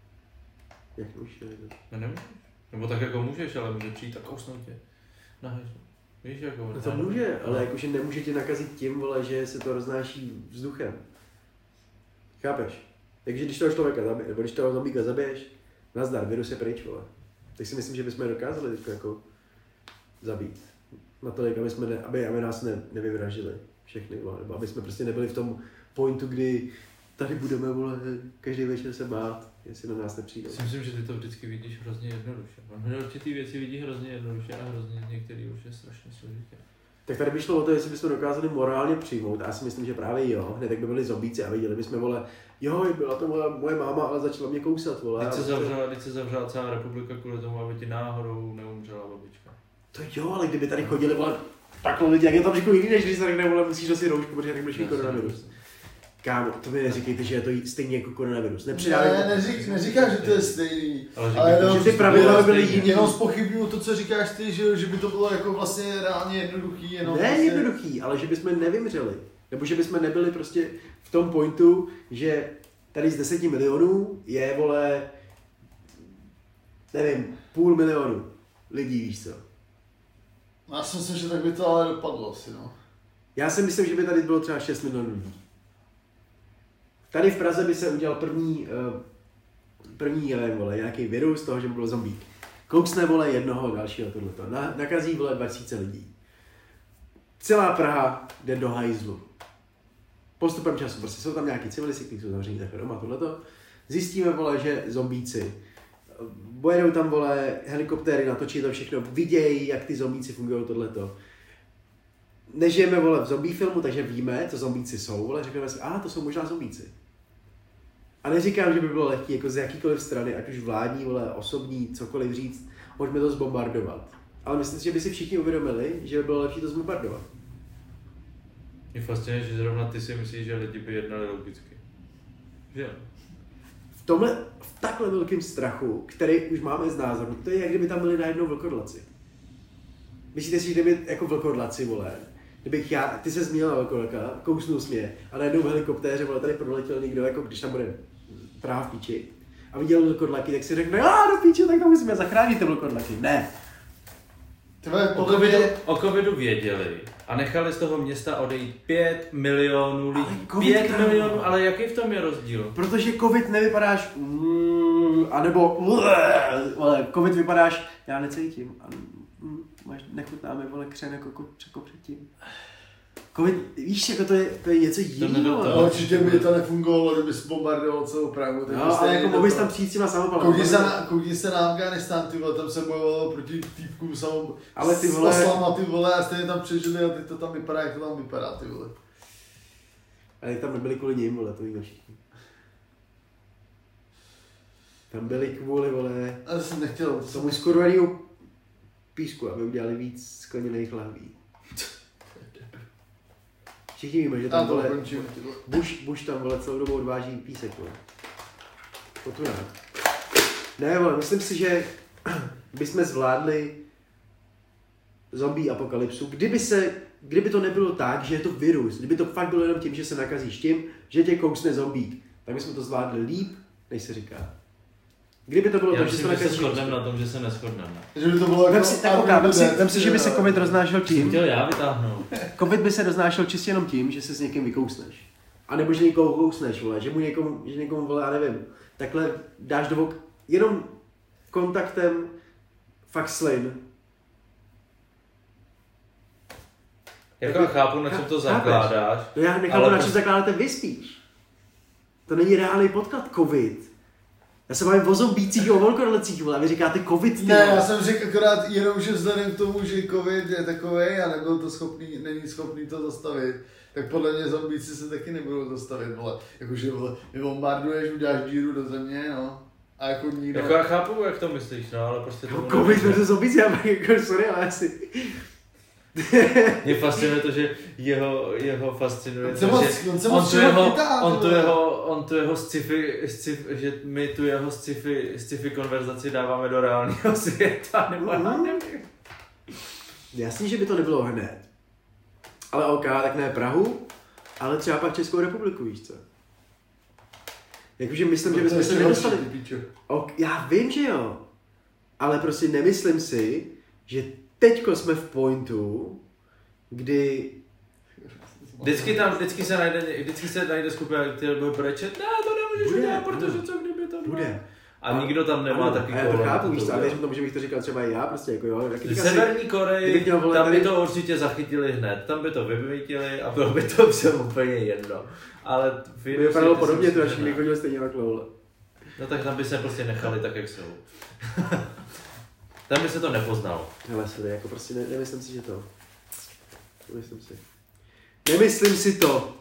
Jak nemůžeš na No nemůžeš. Nebo tak jako můžeš, ale může přijít a kousnout tě na hajzl. Víš, jako... No to může, ale jakože nemůže tě nakazit tím, vole, že se to roznáší vzduchem. Chápeš? Takže když toho člověka zabiješ, nebo když toho zombíka zabiješ, nazdar, virus je pryč, vole. Tak si myslím, že bychom je dokázali teďko jako zabít. Natolik, aby, jsme ne, aby, aby nás ne, nevyvražili všechny, vole. Nebo aby jsme prostě nebyli v tom pointu, kdy tady budeme, vole, každý večer se bát, jestli na nás nepřijde. Myslím, že ty to vždycky vidíš hrozně jednoduše. On určitý věci vidí hrozně jednoduše a hrozně některý už je strašně složitě. Tak tady by šlo o to, jestli bychom dokázali morálně přijmout. A já si myslím, že právě jo, hned tak by byli zombíci a viděli bychom, vole, jo, byla to moje, moje máma, ale začala mě kousat, vole. Teď se zavřela, teď se zavřela celá republika kvůli tomu, aby ti náhodou neumřela babička. To jo, ale kdyby tady chodili, vole, takhle lidi, jak je tam řekl jiný, než když se řekne, vole, musíš nosit roušku, protože tak budeš mít koronavirus. Kámo, to mi neříkejte, že je to stejně jako koronavirus. Nepřidávej. Ne, neřík, neříkám, že to je stejný. Ale že, ale by, jenom, že ty pravidla byly jiný. Jenom zpochybnuju to, co říkáš ty, že, že by to bylo jako vlastně reálně jednoduchý. Jenom ne vlastně... jednoduchý, ale že bychom nevymřeli. Nebo že bychom nebyli prostě v tom pointu, že tady z deseti milionů je, vole, nevím, půl milionu lidí, víš co. Já si myslím, že tak by to ale dopadlo asi, no. Já si myslím, že by tady bylo třeba šest milionů lidí. Tady v Praze by se udělal první, uh, první, nevím, vole, nějaký virus toho, že by byl zombík. Kousne, vole, jednoho dalšího tohleto. Na, nakazí, vole, dva tisíce lidí. Celá Praha jde do hajzlu. Postupem času, prostě jsou tam nějaký civilisti, kteří jsou zavření takhle doma, tohleto. Zjistíme, vole, že zombíci. Pojedou tam, vole, helikoptéry, natočí to všechno, vidějí, jak ty zombíci fungují, tohleto. Nežijeme, vole, v zombie filmu, takže víme, co zombíci jsou, vole, řekneme si, a to jsou možná zombíci. A neříkám, že by bylo lehký, jako z jakýkoliv strany, ať už vládní, vole, osobní, cokoliv říct, pojďme to zbombardovat. Ale myslím si, že by si všichni uvědomili, že by bylo lepší to zbombardovat. Je fascinuje, že zrovna ty si myslíš, že lidi by jednali logicky. Že? V tomhle, v takhle velkém strachu, který už máme z názoru, to je, jak kdyby tam byli najednou vlkodlaci. Myslíte si, že kdyby jako vlkodlaci, vole, kdybych já, ty se zmínila velkodlaka, kousnul jsi mě a najednou v helikoptéře, vole, tady proletěl někdo, jako když tam bude Praha v píči a viděl vlkodlaky, tak si řekne, a do píči, tak to musíme zachránit ty vlkodlaky. Ne. Tvé, o, covidu, o covidu věděli a nechali z toho města odejít pět milionů lidí. pět milionů, ale jaký v tom je rozdíl? Protože covid nevypadáš, mm, anebo ale covid vypadáš, já necítím. A, mm, máš, nechutná mi, vole, křen jako, jako předtím. Covid, víš, jako to je, to je něco jiného. No, určitě by to nefungovalo, kdyby jsi bombardoval celou Prahu. No, ale jako mohl bys tam přijít s těma samopalama. Koukni se na, koukni se na Afganistán, ty vole, tam se bojovalo proti týpkům samou, ale ty vole, s oslama, ty vole, a stejně tam přežili a teď to tam vypadá, jak to tam vypadá, ty vole. Ale tam nebyli kvůli ním, vole, to víme všichni. Tam byli kvůli, vole, ale jsem nechtěl. Tomu skurvenýho písku, aby udělali víc skleněných lahví. Všichni víme, že tam, vole, Bush, Bush tam, vole, celou dobu odváží písek, vole. Potunák. Ne, vole, myslím si, že bychom zvládli zombie apokalypsu, kdyby se, kdyby to nebylo tak, že je to virus, kdyby to fakt bylo jenom tím, že se nakazíš tím, že tě kousne zombík, tak bychom to zvládli líp, než se říká. Kdyby to bylo Já tak, že myslím, se že se nakazíš... shodneme na tom, že se neshodneme. Že by to bylo Vem jako... si, tak oká, vem si, vem si, že by se covid roznášel tím, Chtěl já vytáhnout. covid by se roznášel čistě jenom tím, že se s někým vykousneš. A nebo že někoho kousneš, vole, že mu někomu, že někomu, vole, já nevím, takhle dáš do vok, jenom kontaktem fakt slin. Jako já chápu, na čem to zakládáš. No já nechápu, na čem prostě... zakládáte vy spíš. To není reálný podklad, covid. Já se bavím o zombících, o velkorylecích, vole, a vy říkáte covid, ty. Ne, já jsem řekl akorát jenom, že vzhledem k tomu, že covid je takovej a nebyl to schopný, není schopný to zastavit, tak podle mě zombíci se taky nebudou zastavit, vole. Jakože, vole, vybombarduješ, uděláš díru do země, no. A jako nikdo... Jako já chápu, jak to myslíš, no, ale prostě to... No, covid versus zombíci, já bych jako, sorry, ale asi... Mě fascinuje to, že jeho, jeho fascinuje to, moc, že on, on, tu jeho, chytá, on, tu jeho, on tu jeho sci-fi, sci-fi, že my tu jeho sci-fi, sci-fi konverzaci dáváme do reálného světa, nebo já nevím. Jasně, že by to nebylo hned. Ale OK, tak ne Prahu, ale třeba pak Českou republiku, víš co? Jakože myslím, že bychom se nedostali... Ok, já vím, že jo. Ale prostě nemyslím si, že teďko jsme v pointu, kdy... Vždycky tam, vždycky se najde, vždycky se najde skupina, který bude brečet, ne, to nemůžeš Bude, udělat, protože ano. co kdyby to bylo. Bude. A nikdo tam nemá ano, taky a já to kolo. chápu, víš co, a věřím tomu, že bych to říkal třeba i já, prostě jako jo. V Severní Koreji, tam by to určitě zachytili hned, tam by to vymítili a bylo by to vše úplně jedno. Ale by vypadalo podobně, to až nikdy chodil stejně na kloule. No tak tam by se prostě nechali tak, jak jsou. Tam by se to nepoznalo. Hele, sorry, jako prostě ne, nemyslím si, že to. Nemyslím si. Nemyslím si to.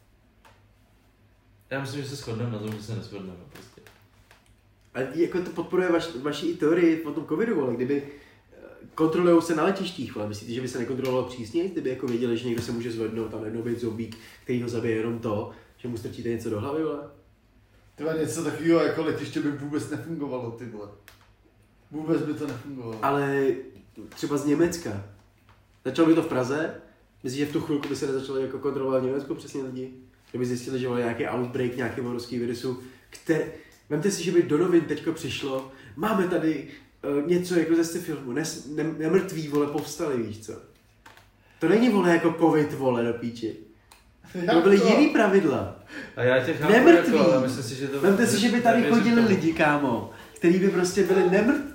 Já myslím, že se shodneme na tom, že se neshodneme prostě. A jako to podporuje vaš, vaši i teorii o tom covidu, ale kdyby kontrolujou se na letištích, vole. Myslíte, že by se nekontrolovalo přísně, kdyby jako věděli, že někdo se může zvednout a najednou být zombík, který ho zabije jenom to, že mu strčíte něco do hlavy, vole? Tyba něco takového jako letiště by vůbec nefungovalo, ty vole. Vůbec by to nefungovalo. Ale třeba z Německa. Začalo by to v Praze, myslíš, že v tu chvilku by se nezačalo jako kontrolovat v Německu přesně lidi? Kdyby zjistili, že byl nějaký outbreak nějakého ruského virusu, který... Vemte si, že by do novin teďko přišlo, máme tady uh, něco jako ze z filmu, Nes, ne, nemrtví, vole, povstali, víš co? To není, vole, jako covid, vole, do píči. To byly to? jiný pravidla. A já tě chápu, Nemrtví. jako, ale myslím si, že to... Vemte si, že by tady nevěřím chodili tomu. lidi, kámo, který by prostě byli nemrtví.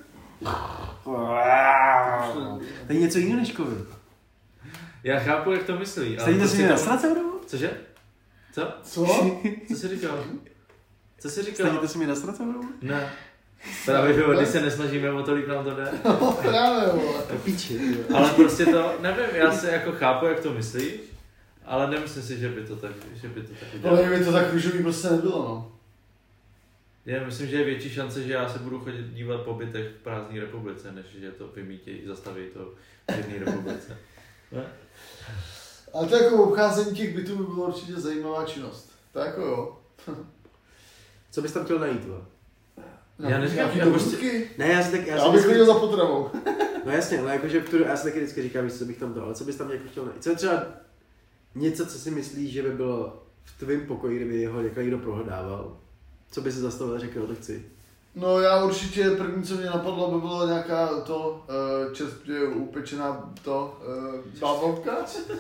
To je něco jiného než covid. Já chápu, jak to myslí. ale Stejně to si si mě tam- nasrat se budou? Cože? Co? Co? Co jsi říkal? Co jsi říkal? Stejně to si mě nasrat se budou? Ne. Právě, že když se nesnažíme, o tolik nám to jde. No právě, vole. To píči. Ale prostě to, nevím, já se jako chápu, jak to myslíš, ale nemyslím si, že by to tak, že by to tak udělalo. Ale kdyby to tak růžový prostě nebylo, no. Já myslím, že je větší šance, že já se budu chodit dívat po bytech v prázdné republice, než že to vymítějí, zastaví to v jedné republice. Ne? Ale to jako obcházení těch bytů by bylo určitě zajímavá činnost. To jako jo. Co bys tam chtěl najít, vole? Já neříkám, Nějaký já prostě- dobrutky? Ne, já si tak... Já, Já si bych vždycky- chodil za potravou. No jasně, ale jakože, kterou, já si taky vždycky říkám, víš, co bych tam dal, ale co bys tam jako chtěl najít? Co je třeba něco, co si myslíš, že by bylo v tvém pokoji, kdyby ho někdo, někdo prohodával? Co by si zastavil a řekl, to chci? No já určitě první, co mě napadlo, by bylo nějaká to uh, čerstvě upečená to uh, bábovka.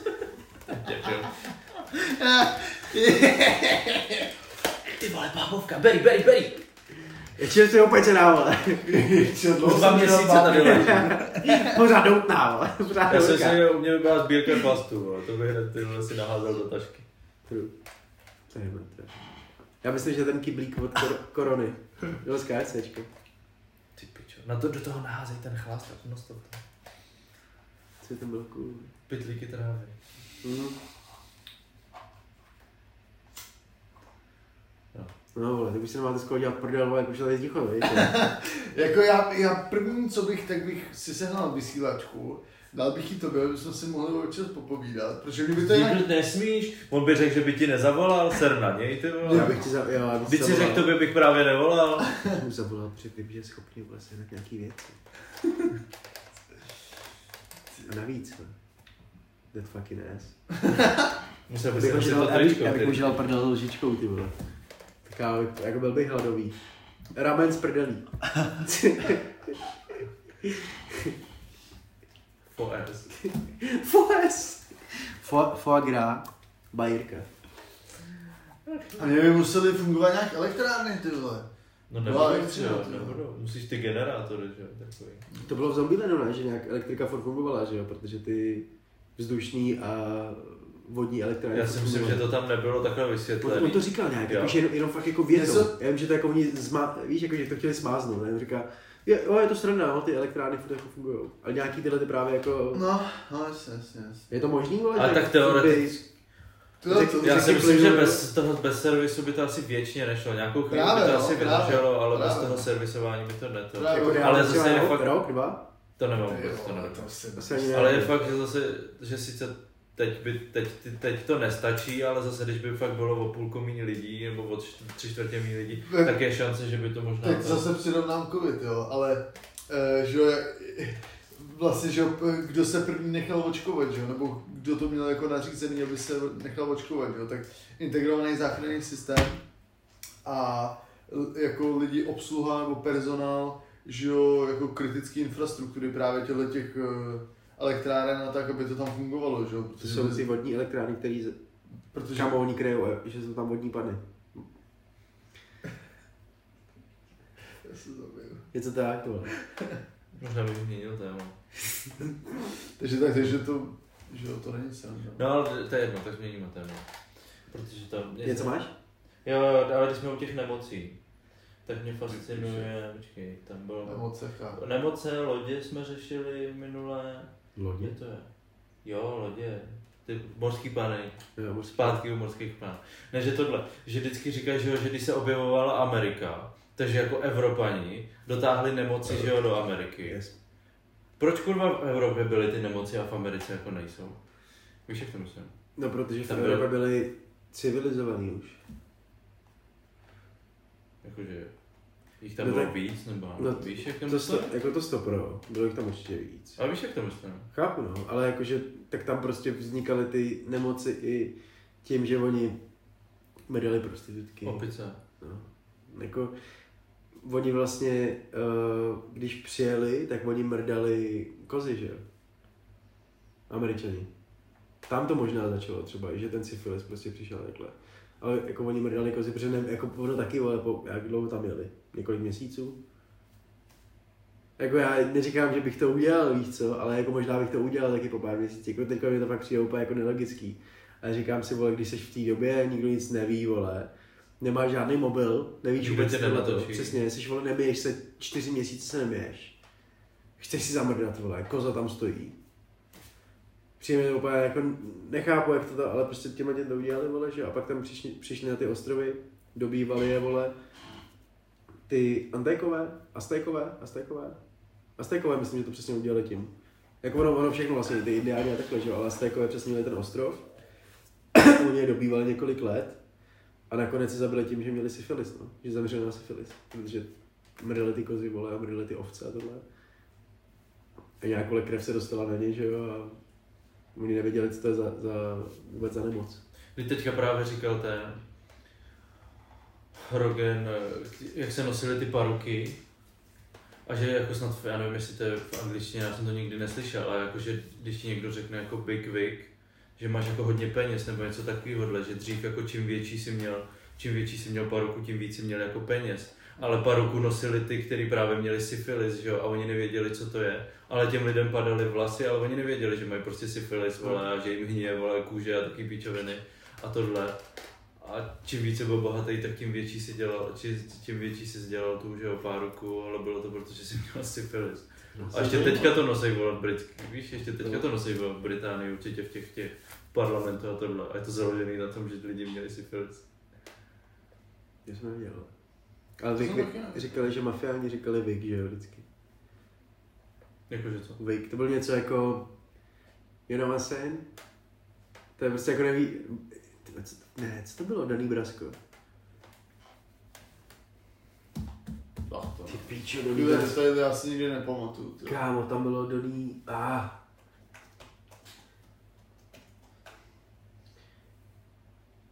Ty vole, bábovka, bery, bery, bery! Je čerstvě opečená, vole. Už dva měsíce tady leží. Pořád doutná, vole. Pořád Já jsem doutná. si, že u mě by byla sbírka plastů, vole. To bych hned tyhle si naházel do tašky. True. To je to. Já myslím, že ten kyblík od kor- korony. Bylo z KFCčka. Ty pičo, na to do toho naházej ten chlast a nos to. Co tam bylo cool. Pytlíky trávy. Mm. No. No vole, tak už se nemáte skoro dělat prdel, vole, jak už tady ticho, víš? Jako já, já první, co bych, tak bych si sehnal vysílačku, dal bych jí tobě, aby jsme si mohli občas popovídat, protože kdyby to jinak... Ty nesmíš, on by řekl, že by ti nezavolal, ser na něj, ty vole. Já bych ti za... Jo, já bych Když si řekl, tobě bych právě nevolal. Mu zavolal, protože vím, že je schopný vole sehnat nějaký věci. A navíc, no. That fucking ass. Musel Já bych bych si ho to žral- tričko, já bych který- užíval prdel lžičkou, ty vole. Tak já, jako byl bych hladový. Ramen z prdelí. Foes. Foes. Fo- Foie gras. Bajírka. A mě by museli fungovat nějak elektrárny, ty vole. No No, nebudou, elektřina, jo, to jo. nebudou. Musíš ty generátory, že jo, takový. To bylo v Zombielandu, ne? Že nějak elektrika furt fungovala, že jo? Protože ty vzdušní a vodní elektrárny... Já furt si myslím, že fungovaly. to tam nebylo takhle On, vysvětlený. on to říkal nějak, Jo. jakože jenom, jenom fakt jako větou. Něco- Já vím, že to jako oni zma, víš, jako, že to chtěli smáznout, ne? On říká, je, jo, je to sranda, no, ty elektrárny furt jako fungujou. Ale nějaký tyhle ty právě jako... No, no, jasně, jasně, jasně. Je to možný, vole? Ale že tak teoreticky- To, Řek- to, Já Řekni si myslím, plynu- že bez toho, bez servisu by to asi věčně nešlo. Nějakou chvíli Právě, by to no, asi právě, vydrželo, ale právě. bez toho servisování by to neto. Právě. Jako Ale ale zase zase je rok, fakt- rok, dva? To nemám Jo, vůbec, to nevím. to asi Asi ani ne. Ale je fakt, že zase, že sice teď, by, teď, teď to nestačí, ale zase když by fakt bylo o půlku méně lidí, nebo o tři, tři čtvrtě méně lidí, Tak- tak je šance, že by to možná... Teď to- zase přirovnám covid, jo, ale uh, že jo, vlastně, že jo, kdo se první nechal očkovat, že jo, nebo kdo to měl jako nařízený, aby se nechal očkovat, jo, tak integrovaný záchranný systém a l- jako lidi obsluha nebo personál, že jo, jako kritické infrastruktury právě těchto těch uh, elektráren a tak, aby to tam fungovalo, že jo, To protože, jsou ty vodní elektrárny, které protože kam oni kryjou, že jsou tam vodní pany. Já se zabiju. Je to tak, tohle. Možná bych změnil téma. Takže tak, takže to, že jo, to není sranda. No ale to je jedno, tak změníme téma. Protože tam... Něco máš? Jo, ale když jsme u těch nemocí, tak mě fascinuje, počkej, tam bylo... Nemoce, chápu. Nemoce, lodě jsme řešili minule. Lodě. Kde to je? Jo, lodě. Ty morský pany. Jo, moc Zpátky u morských pan. Ne, že tohle, že vždycky říkají, že, jo, že když se objevovala Amerika, takže jako Evropani dotáhli nemoci, že jo, do Ameriky. Yes. Proč kurva v Evropě byly ty nemoci a v Americe jako nejsou? Víš, jak to myslím? No, protože v Tam Evropě byl- byli civilizovaný už. Jakože jich tam No bylo tak- víc, nebo no víš, jak to To myslím? sto, jako to stopro, bylo jich tam určitě víc. Ale víš, jak to myslím? Chápu, no, ale jakože, tak tam prostě vznikaly ty nemoci i tím, že oni mrdali prostitutky. Opice. No, jako, oni vlastně, uh, když přijeli, tak oni mrdali kozy, že jo? Američani. Tam to možná začalo třeba, že ten syfilis prostě přišel takhle. Ale jako oni mrdali kozy, protože nevím, jako ono taky, vole, po, jak dlouho tam jeli? Několik měsíců? Jako já neříkám, že bych to udělal, víš co, ale jako možná bych to udělal taky po pár měsících. Jako teďka mi to fakt přijde úplně jako nelogický. A říkám si, vole, když jsi v té době, nikdo nic neví, vole, nemáš žádný mobil, nevíš Nikdo vůbec tě co na to. nenatočí. Přesně, jsi, vole, nemiješ se, čtyři měsíce se nemiješ. Chceš si zamrdat, vole, koza tam stojí. Přijde mi to úplně jako, nechápu jak to, to ale prostě těma těm to udělali, vole, že? A pak tam přišli, přišli na ty ostrovy, dobývali je, vole, ty Antékové, Aztékové, Aztékové, Aztékové, myslím, že to přesně udělali tím. Jako ono, ono všechno vlastně, ty ideály a takhle, že? Ale Aztékové přesně měli ten ostrov, oni je dobývali několik let a nakonec se zabili tím, že měli syfilis, no, že zemřeli na syfilis, protože mrdali ty kozy, vole, a mrdali ty ovce a tohle. A nějakou krev se dostala na ně, že jo, a oni nevěděli, co to je za, za vůbec za nemoc. Když teďka právě říkal ten Rogan, jak se nosily ty paruky a že jako snad, já nevím, jestli to je v angličtině, já jsem to nikdy neslyšel, ale jakože když ti někdo řekne jako big wig, že máš jako hodně peněz nebo něco takového, že dřív jako čím větší si měl, čím větší si měl paruku, tím víc si měl jako peněz. Ale paruku nosili ty, kteří právě měli syfilis, že jo, a oni nevěděli, co to je. Ale těm lidem padaly vlasy, ale oni nevěděli, že mají prostě syfilis, vole, a že jim hníje, vole, kůže a taky píčoviny a tohle. A čím více byl bohatý, tak tím větší si dělal, či, tím větší si dělal tu, že jo, páruku, ale bylo to protože si měl syfilis. A ještě teďka to nosí, vole, britský, víš, ještě teďka to nosí, vole, v Británii, určitě v těch, těch parlamentu a tohle. A je to založený na tom, že lidi měli syfilis. Já jsem nevěděl. Ale To Vic, jsem taky nevěděl. říkali, že mafiáni říkali Vic, že jo, vždycky. Jakože co? Vic, to byl něco jako, you know what I'm saying? To je prostě jako neví, tyhle, co, ne, co to bylo, Daný Brasko? Ach, to Ty píčo, Daný Tyhle, Brasko. to je- já si nikdy nepamatuju. ty. Kámo, tam bylo Daný, ah,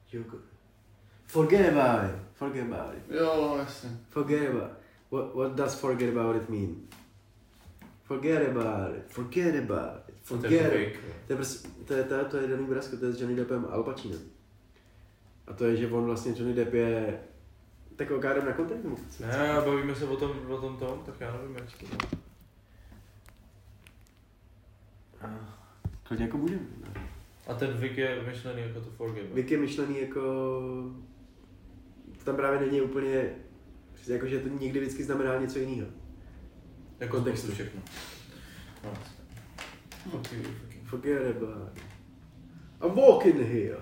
Joker. Forget about it. Forget about it. Jo, jasně. Forget about it. What, what does forget about it mean? Forget about it. Forget about it. Forget it. To je prostě, to je, to je, to je Danny Brasco, to je s Johnny Deppem a Al Pacinem. A to je, že on vlastně Johnny Depp je... Tak ok, jdem na kontent? Ne, bavíme se o tom, o tom tom, tak já nevím, jak to má. Klidně jako budeme. A ten Vic je myšlený jako to Forget. Vic je myšlený jako... Tam právě není úplně... Jako, že to někdy vždycky znamená něco jiného. Jako kontextu všechno. No. Okay, okay. Forget about it. I'm walking here.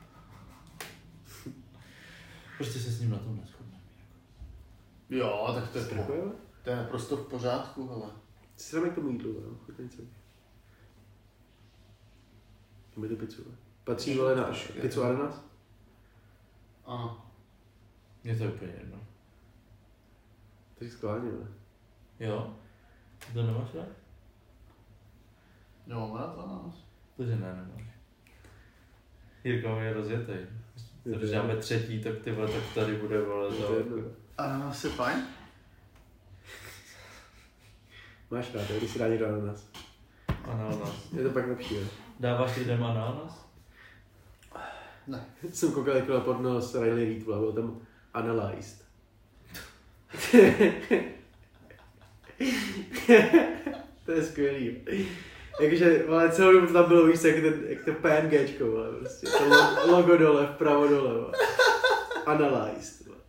Prostě se s ním na tom neschodneme. Jo, tak to je, Strachujeme? to je naprosto v pořádku, hele. Si sami k tomu jídlu, no? Chutně něco. Máte pizzu, ne? Patří, vole, na pizzu ananas? Ano. Mně to je úplně jedno. To si skválně, ne? Jo? To nemáš rád? Jo, mám rád ananas. Protože ne, nemáš. Jirka je rozjetej. Když dáme třetí, tak ty vole, tak tady bude, vole, to. Ananas je fajn? Máš rád, když si dá někdo ananas. Ananas. Je to pak lepší, ne? Dáváš lidem ananas? Ne. Jsem koukal jako pod nos Riley Reid, bylo tam analyzed. To je skvělý. Jakože, vole, celou dobu tam bylo, víš, jak ten, jak ten PNGčko, vole, prostě. To logo dole, vpravo dole, vole. Analyzed, vole.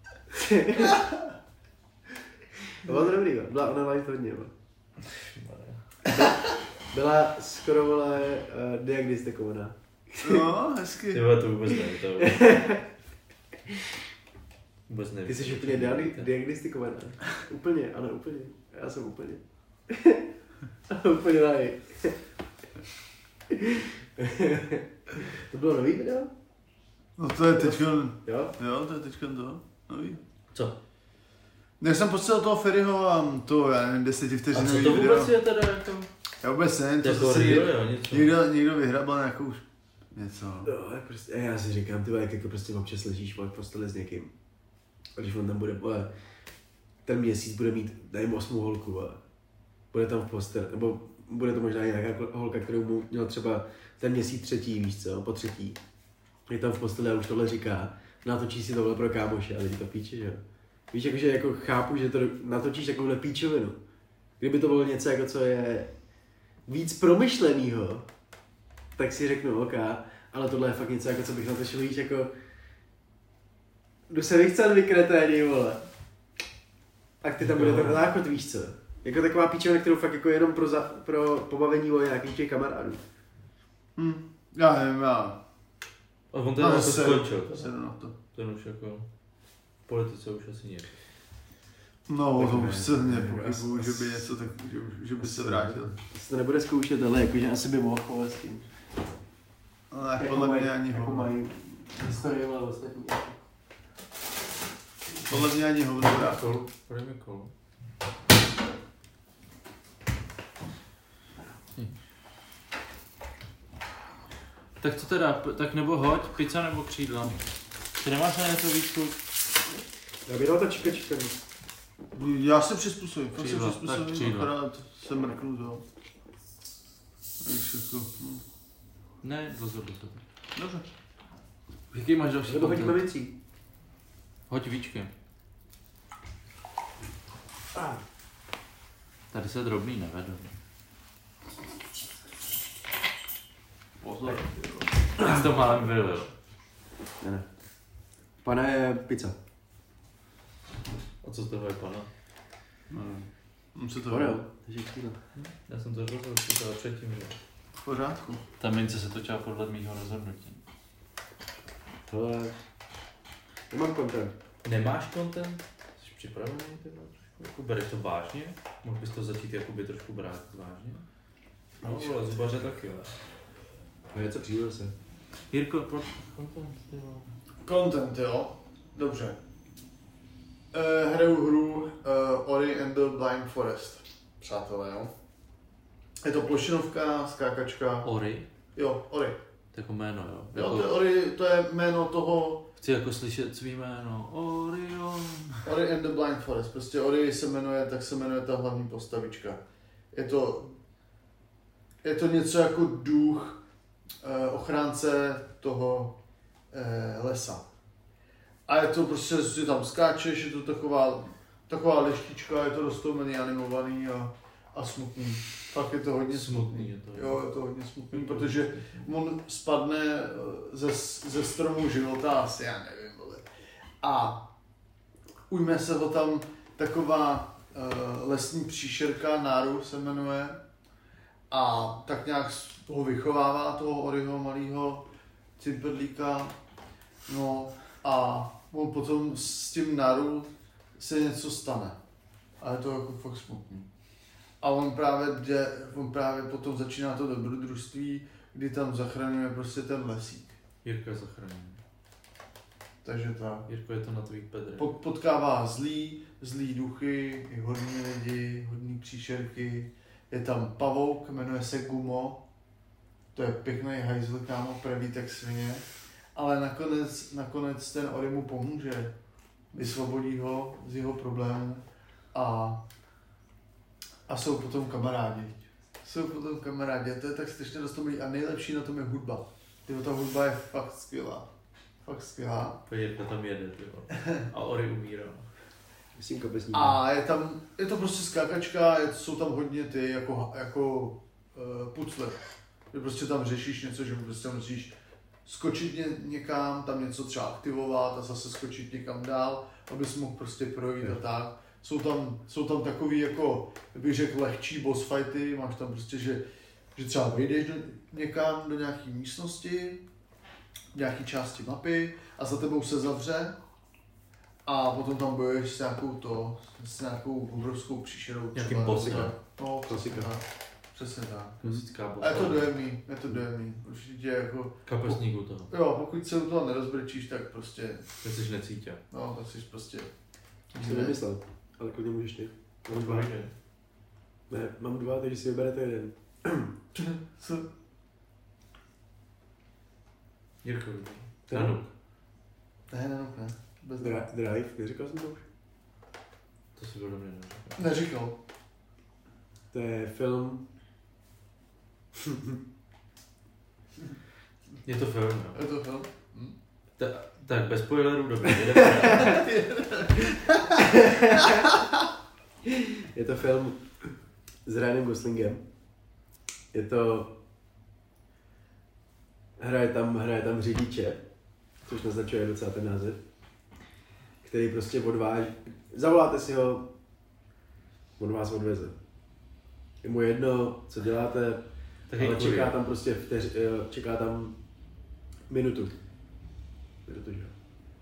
To bylo to dobrý, vole. Byla analyzed hodně, vole. Byla skoro, vole, uh, diagnostikovaná. No, hezky. Ty vole, to vůbec nevím, to vůbec nevím. Ty jsi úplně diag- diagnostikovaná. Úplně, ano, úplně. Já jsem úplně. Úplně nej. To bylo nový video? No to je teďkon, Jo? jo, to je teďkon to, nový. Co? Já jsem posílal toho Ferryho a to, já nevím, desetivteřinový video. A co to vůbec video. je teda jako? Já vůbec nevím, to Jako zase real, někdo, jo, něco. někdo, někdo vyhrabal nějakou něco. No, jak prostě, já si říkám, ty vole, jak jako prostě občas ležíš v posteli s někým. A když on tam bude, vole, ten měsíc bude mít, nevím, osmou holku, vole. Bude tam v posteli, nebo bude to možná nějaká holka, kterou mu měl třeba ten měsíc třetí, víš co, po třetí. Je tam v posteli a už tohle říká, natočí si tohle pro kámoše a lidi to píče, že jo. Víš, jakože jako chápu, že to natočíš takovouhle píčovinu. Kdyby to bylo něco, jako co je víc promyšlenýho, tak si řeknu OK, ale tohle je fakt něco, jako co bych natočil, víš, jako jdu se vychcat vykreténi, vole. A ty tam bude ten záchod, víš co. Jako taková píčovina, kterou fakt jako jenom pro, za, pro pobavení o nějakých těch kamarádů. Hm, já nevím, já. A on ten no, to skončil. Sedu na to. Ten už jako v politice už asi nic. No, to už se nepochybuju, že by něco tak, že, že by se vrátil. To nebude zkoušet, ale jakože asi by mohl chovat s tím. Ale jak podle mě ani jako hovno. mají historie, ale ostatní. Podle mě ani hovno. Kolo, podej mi kolo. Hm. Tak co teda, tak nebo hoď, pizza nebo křídla? Ty nemáš na něco víc chuť? Já bych dal ta čika čika. Já se přizpůsobím, fakt se Křídla, přizpůsobím, tak křídla. akorát se mrknu to. Víš, jako, hm. Ne, rozhodl se. Dobře. Jaký máš další Nebo hodíme kontent? věcí. Hoď víčkem. Ah. Tady se drobný nevedou. Pozor. Já jsi to málem vylil. Ne, ne. Pane, pizza. A co z toho je pana? No, mám se to Oreo. Takže křídla. Já jsem to rozhodl třeba předtím, že? v pořádku. Ta mince se točila podle mýho rozhodnutí. Tohle... Nemám content. Nemáš content? Jsi připravený ty trošku? Jako bereš to vážně? Mohl bys to začít jakoby trošku brát vážně? No, vole, zubaře taky, jo. A něco přijde zase. Jirko, pro content, ty vole. Content, jo? Dobře. Uh, hraju hru uh, Ori and the Blind Forest. Přátelé, jo? Je to plošinovka, skákačka. Ori? Jo, Ori. To jako jméno, jo. Jo, Jako, to, je Ori, to je jméno toho... chci jako slyšet svý jméno. Orion. Ori and the Blind Forest. Prostě Ori se jmenuje, tak se jmenuje ta hlavní postavička. Je to... Je to něco jako duch, eh, ochránce toho eh, lesa. A je to prostě, že tam skáčeš, je to taková, taková leštička, je to roztomilý, animovaný a, a smutný. Fakt je to hodně smutný. Smutný je to. Jo, je to hodně smutný, protože on spadne ze, ze stromu života, asi já nevím, vole. A ujme se ho tam taková uh, lesní příšerka, Náru se jmenuje. A tak nějak ho vychovává, toho Oriho malýho cimperlíka. No a on potom s tím Naru se něco stane. A je to jako fakt smutný. A on právě, jde, on právě potom začíná to dobrodružství, kdy tam zachraňuje prostě ten lesík. Jirka zachraňuje. Takže tak. Jirko, je to na tvých bedrech. Pot, potkává zlý, zlý duchy, i hodní lidi, hodní příšerky. Je tam pavouk, jmenuje se Gumo. To je pěkný hajzl, kámo, pravý tak svině. Ale nakonec, nakonec ten Ori mu pomůže. Vysvobodí ho z jeho problémů a, a jsou potom kamarádi. Jsou potom kamarádi a to je tak strašně dostomilý a nejlepší na tom je hudba. Tyjo, ta hudba je fakt skvělá. Fakt skvělá. To Jirka tam jede, tyjo. A Ori umírá. Myslím kapesník. A je tam, je to prostě skákačka, je, jsou tam hodně ty jako, jako uh, pucle. Že prostě tam řešíš něco, že prostě musíš skočit ně, někam, tam něco třeba aktivovat a zase skočit někam dál, abys mohl prostě projít a tak. Jsou tam, jsou tam takový jako, bych řekl, lehčí boss fighty, máš tam prostě, že, že třeba vyjdeš do, někam do nějaké místnosti, nějaké části mapy a za tebou se zavře a potom tam bojuješ s nějakou to, s nějakou obrovskou příšerou. Nějakým bossem. No, přesně tak. Přesně tak. Klasická A je to dojemný, je to dojemný. Určitě jako... Kapesník u toho. Jo, pokud se u toho nerozbrečíš, tak prostě... Teď jsi necítě. No, tak jsi prostě... Jsem nemyslel, ale klidně můžeš ty. Mám dva. Vážně. Ne, mám dva, takže si vyberete jeden. Co? Jirko, To- Nanuk. Ne, ne, ne. Bez Dra- Drive, neříkal jsem to už? To si byl do mě neříkal. Neříkal. To je film... Je to film, jo. Je to film? Hm? Ta, tak, bez spoilerů, dobře. Je to film s Ryanem Goslingem. Je to... Hraje tam, hraje tam řidiče, což naznačuje docela ten název, který prostě odváží... Zavoláte si ho, on vás odveze. Je mu jedno, co děláte, Tak ale čeká tam prostě vteř, čeká tam minutu. Minutu, že?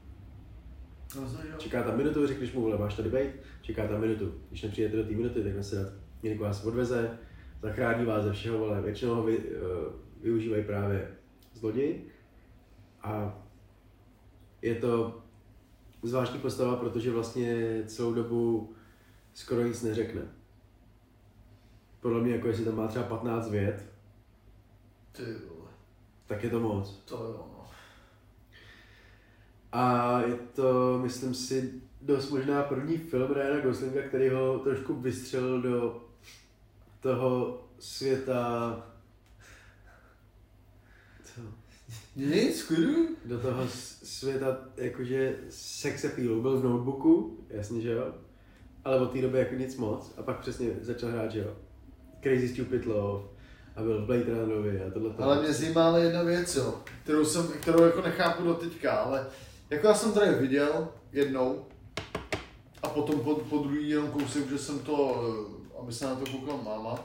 Čeká tam minutu, řekneš mu, vole, máš tady bejt, čeká tam minutu. Když nepřijdete do té minuty, tak nasedat. Někdo vás odveze, zachrání vás ze všeho, vole, většinou ho vy, uh, využívají právě zloději. A je to zvláštní postava, protože vlastně celou dobu skoro nic neřekne. Podle mě, jako jestli tam má třeba patnáct vět, Ty vole. tak je to moc. To jo, no. A je to, myslím si, dost možná první film Ryana Goslinga, který ho trošku vystřelil do toho světa... Co? Nic, klidu? Do toho s- světa jakože sex appealu. Byl v Notebooku, jasně, že jo? Ale od té doby jako nic moc. A pak přesně začal hrát, že jo? Crazy Stupid Love. A byl v Blade Runnerovi a tohle. Ale mě zajímá ale jedna věc, jo, kterou, jsem, kterou jako nechápu do teďka, ale jako já jsem tady viděl jednou a potom po, po druhý jenom kousek, že jsem to, aby se na to koukal máma.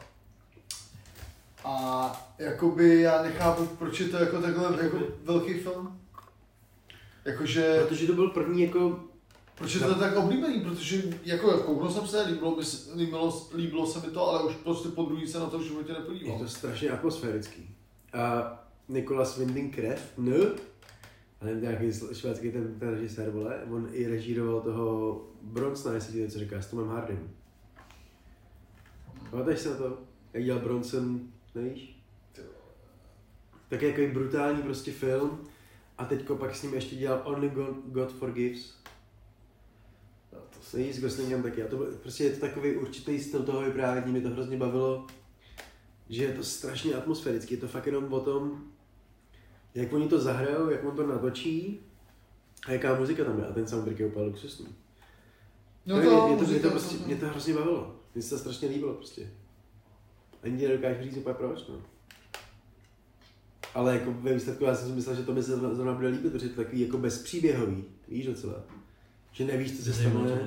A jakoby já nechápu, proč je to jako takhle jako velký film. Jakože, Protože to byl první jako... proč je to tak oblíbený, protože jako kouknul jsem se, líbilo, mi, se- líbilo, líbilo se mi to, ale už prostě po druhý se na to v životě Je nepodíval. to strašně atmosférický. A Nicolas Winding Refn, no, a nevím, nějaký sl- švédský ten, ten režisér, vole, on i režíroval toho Bronsona, jestli ti něco říká, s Tomem Hardym. Pamatuješ se na to? Jak dělal Bronson, nevíš? taky jako brutální prostě film a teďko pak s ním ještě dělal Only God, God Forgives. A to se jí s Goslingem taky a to byl, prostě je to takový určitý styl toho vyprávění, mě to hrozně bavilo, že je to strašně atmosférický, je to fakt jenom o tom, jak oni to zahrajou, jak on to natočí a jaká muzika tam je a ten soundtrack je úplně luxusní. No mě, to, mě, to, mě, to to, prostě, to, mě to hrozně bavilo, mně se to strašně líbilo prostě. Ani ti nedokážu říct úplně proč, no. Ale jako ve výsledku já jsem si myslel, že to by se zrovna bude líbit, protože je to takový jako bezpříběhový, víš docela. Že nevíš, co se stane.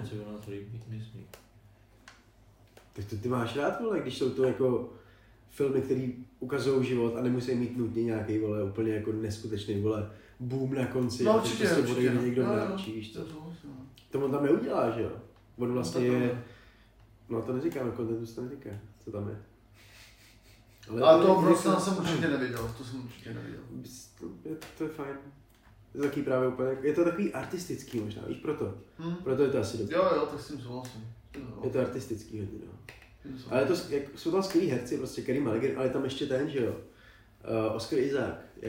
Tak to ty máš rád, vole, když jsou to jako filmy, které ukazují život a nemusí mít nutně nějaký, vole, úplně jako neskutečný, vole, boom na konci. No a určitě, prostě určitě. odejde někdo No, mračí, víš to. co. To on tam neudělá, že jo? On vlastně no, je, no to neříkáme, contentu se to neříká, co tam je. Ale, ale to prostě jsem určitě neviděl, to jsem určitě neviděl. To, je, to je fajn. Je to takový právě úplně, je to takový artistický možná, víš, proto. Hmm. Proto je to asi dobrý. Jo, jo, tak s tím souhlasím. Je to artistický hodně, no. Ale to, jak, jsou tam skvělí herci, prostě Carey Mulligan, ale tam ještě ten, že jo. Uh, Oscar Isaac, jak...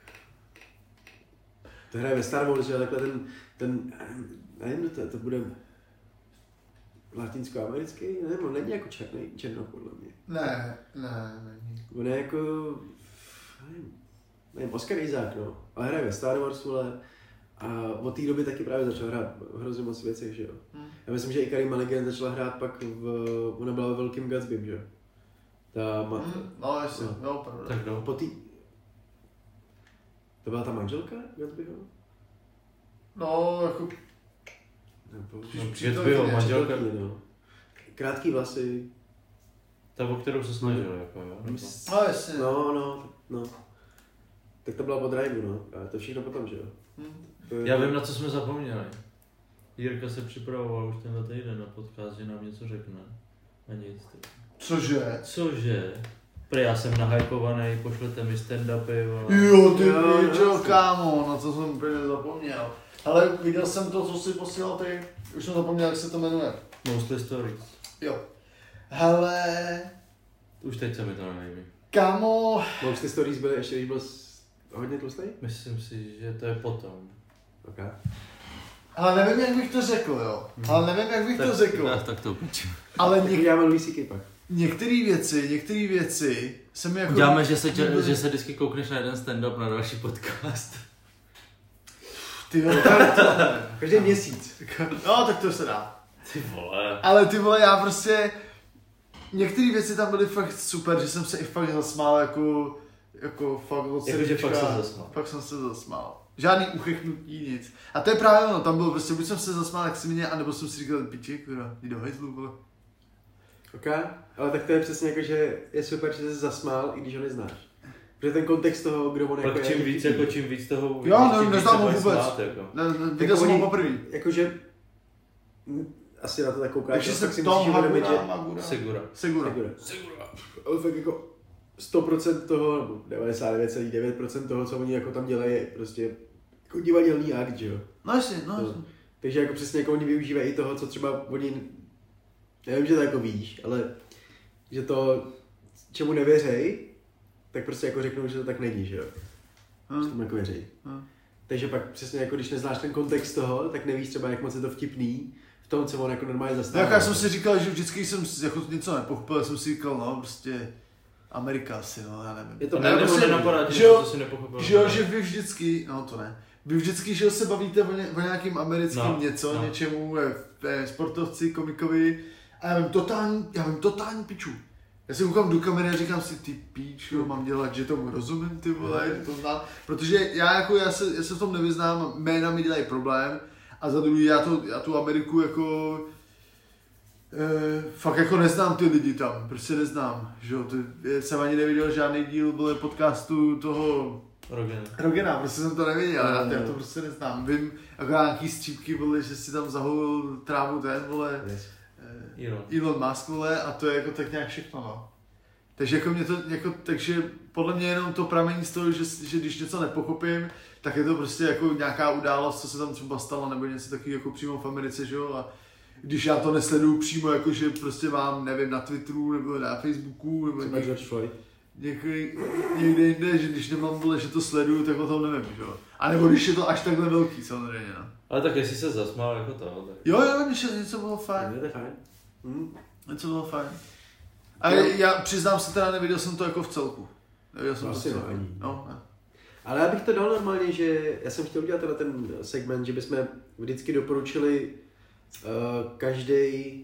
To hraje ve Star Wars, že jo, takhle ten, ten, nevím, to, to bude latinsko-americký, nevím, on není jako černý, černoch podle mě. Ne, ne, není. On je jako, nevím, nevím, Oscar Isaac, no, ale hraje ve Star Wars, vole, a od té doby taky právě začal hrát v hrozně moc věcech, že jo. Hmm. Já myslím, že i Carey Mulligan začala hrát pak v, ona byla ve Velkým Gatsbym, že jo. Ta ma... Hmm, no jasně, no, no pravda. Tak no. Po tý... To byla ta manželka Gatsbyho? No, jako... Nebo... No, Gatsbyho, manželka. No. Krátký vlasy. Ta, o kterou se snažil, jako jo. No jasně. No, no, no. Tak to byla po Driveu, no. A to všechno potom, že jo. Hmm. Je... Já vím, na co jsme zapomněli. Jirka se připravoval už tenhle týden na podcast, že nám něco řekne. A nic. Cože? Cože? Prý já jsem nahypovaný, pošlete mi stand-upy. Jo, ty pičo, kámo, na co jsem úplně zapomněl. Ale viděl jsem to, co jsi posílal ty, už jsem zapomněl, jak se to jmenuje. Mostly Stories. Jo. Hele... Už teď se mi to nelíbí. Kámo... Mostly Stories byly ještě, když byl hodně tlustý? Myslím si, že to je potom. Okay. Ale nevím, jak bych to řekl, jo. Hmm. Ale nevím, jak bych tak, to řekl. Tak, tak to piču. Ale něk... děláme Louis C K pak. Některé věci, některé věci se mi jako... Děláme, že se, tě, že se vždycky koukneš na jeden stand-up na další podcast. Ty vole, každý měsíc. No, tak to se dá. Ty vole. Ale ty vole, já prostě... Některé věci tam byly fakt super, že jsem se i fakt zasmál jako... Jako fakt od srdíčka. Fakt se zasmál. Fakt jsem se zasmál. Žádný uchechnutí, nic. A to je právě ono, tam bylo prostě, buď jsem se zasmál, jak si mě, anebo jsem si říkal, piči, kurva, jdi do hajzlu, vole. Ok, ale tak to je přesně jako, že je super, že jsi se zasmál, i když ho neznáš. Protože ten kontext toho, kdo on jako je... čím víc, jako čím víc toho uvidíš, jo, ne, neznám ho vůbec. Smát, jako. Ne, ne, viděl jsem ho poprvé. Jakože... Asi na to tak koukáš. Takže se Tom Hagura, Magura. Segura. Segura. Segura. Segura. Ale fakt jako sto procent toho, nebo devadesát devět celá devět procent toho, co oni jako tam dělají, je prostě jako divadelní akt, že jo? No jasně, no jasně. Takže jako přesně jako oni využívají i toho, co třeba oni, nevím, že to jako víš, ale že to, čemu nevěřej, tak prostě jako řeknou, že to tak není, že jo? Hmm. Že tomu jako věřej. Hmm. Takže pak přesně jako když neznáš ten kontext toho, tak nevíš třeba, jak moc je to vtipný v tom, co on jako normálně zastává. Tak já jsem si říkal, že vždycky jsem jako něco nepochopil, jsem si říkal, no prostě Amerika asi, no já nevím. Je to ne, prostě, nenapadá, že, jo, to si nepochopil. Že jo, že vy vždycky, no to ne, vy vždycky, že se bavíte o, ně, o nějakým americkým no, něco, no. něčemu, je, sportovci, komikovi a já vím totální, já vím totální piču. Já si koukám do kamery a říkám si, ty píčo, mám dělat, že tomu rozumím, ty vole, že to znám. Protože já jako, já se, já se v tom nevyznám, jména mi dělají problém a za druhý já, to, já tu Ameriku jako, e, fakt jako neznám ty lidi tam, prostě neznám, že jo, jsem ani neviděl žádný díl, byl podcastu toho Rogena. Rogena, prostě jsem to nevěděl, no, já, no. já to prostě neznám, vím, jako nějaký střípky byly, že si tam zaholil trávu ten, vole, yes. Elon. Elon Musk, vole, a to je jako tak nějak všechno, no. Takže jako mě to, jako, takže podle mě jenom to pramení z toho, že, že když něco nepochopím, tak je to prostě jako nějaká událost, co se tam třeba stalo, nebo něco takového jako přímo v Americe, že jo, a když já to nesleduju přímo, jako že prostě mám, nevím, na Twitteru, nebo na Facebooku, nebo třeba George Floyd. někdy, někde jinde, že když nemám vole, že to sleduju, tak o tom nevím, že jo. A nebo když je to až takhle velký, samozřejmě, no. Ale tak jestli se zasmál jako to, tak... Jo, jo, když něco bylo fajn. Je to fajn. Hm. Něco bylo fajn. A já přiznám se teda, neviděl jsem to jako v celku. Neviděl jsem Asi to v celku. ne. No, ne. Ale já bych to dal normálně, že já jsem chtěl udělat tenhle ten segment, že bychom vždycky doporučili uh, každý.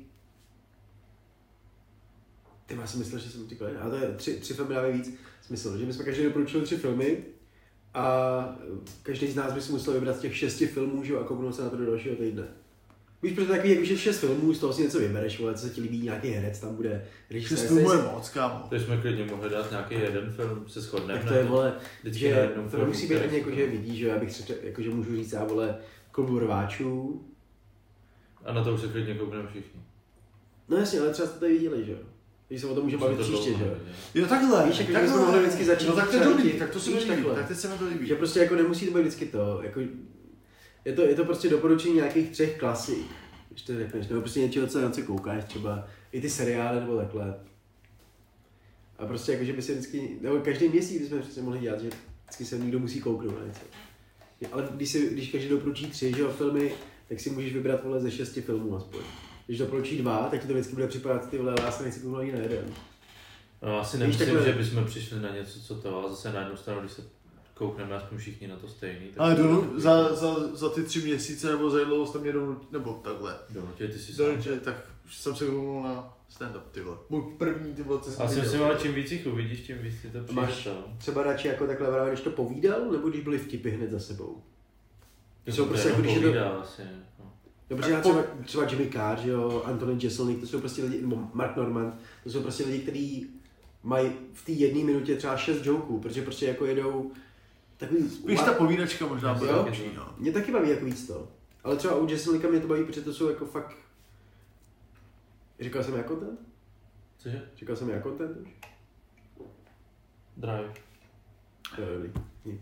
Ty já jsem myslel, že jsem říkal, ale to je tři, tři filmy dávají víc smysl, že bychom každý doporučili tři filmy a každý z nás by si musel vybrat z těch šesti filmů, že jo, a kouknout se na to do dalšího týdne. Víš, protože takový, jak víš, šest filmů, z toho si něco vybereš, vole, co se ti líbí, nějaký herec tam bude. Šest filmů je moc, kámo. To jsme klidně mohli dát nějaký jeden film, se shodneme. Tak to je, vole, vždycky na že jednom to filmu, musí být který ani jako, se- že vidí, že jo, já bych třeba, jako, že můžu říct, já vole, Klubu rváčů. A na to už se klidně koukneme všichni. No jasně, ale třeba jste to viděli, že jo. Takže se o tom můžeme bavit příště, že jo. Jo, takhle. Víš, jako, že takhle. bychom mohli vždycky začít No tak to je třeba dobrý, ti- tak to se mi víš, líbí, takhle. tak teď se mi to líbí. Že prostě jako nemusí to být vždycky to, jako, je to, je to prostě doporučení nějakých třech klasik, když to řekneš, nebo prostě něčeho, co na co koukáš, třeba i ty seriály nebo takhle. A prostě jako, že by se vždycky, nebo každý měsíc bychom přece mohli dělat, že vždycky se někdo musí kouknout na něco. Ale když, si, když každý doporučí tři, že jo, filmy, tak si můžeš vybrat, vole, ze šesti filmů aspoň. Když doporučí dva, tak ti to vždycky bude připadat, ty vole, já se nechci kouknout ani na jeden. No asi Víš, nemyslím, takhle- že bychom přišli na něco, co to, a zase na jednu stranu, když se koukneme aspoň všichni na to stejný. Tak Ale do, za, za, za ty tři měsíce nebo za dlouho jste mě do, nebo takhle. Donutě, ty si Do, sám. že, tak jsem se kouknul na stand-up, ty vole. Můj první, ty vole, co jsem A si viděl. myslím, ale čím víc jich uvidíš, tím víc ti to Máš přijde. třeba radši jako takhle právě, když to povídal, nebo když byly vtipy hned za sebou? To jsou prostě jako, když je to- povídá asi, no. No, protože já třeba, třeba Jimmy Carr, že jo, Anthony Jeselnik, to jsou prostě lidi, nebo Mark Normand, to jsou prostě lidi, kteří mají v té jedné minutě třeba šest joků, protože prostě jako jedou takový... Spíš ta povídačka možná bude Jo? lepší, no. Mě taky baví jako víc to. Ale třeba u Jeselnika mě to baví, protože to jsou jako fakt... Říkal jsem jako ten? Cože? Říkal jsem jako ten už? Drive. Jo, dobrý. Nic.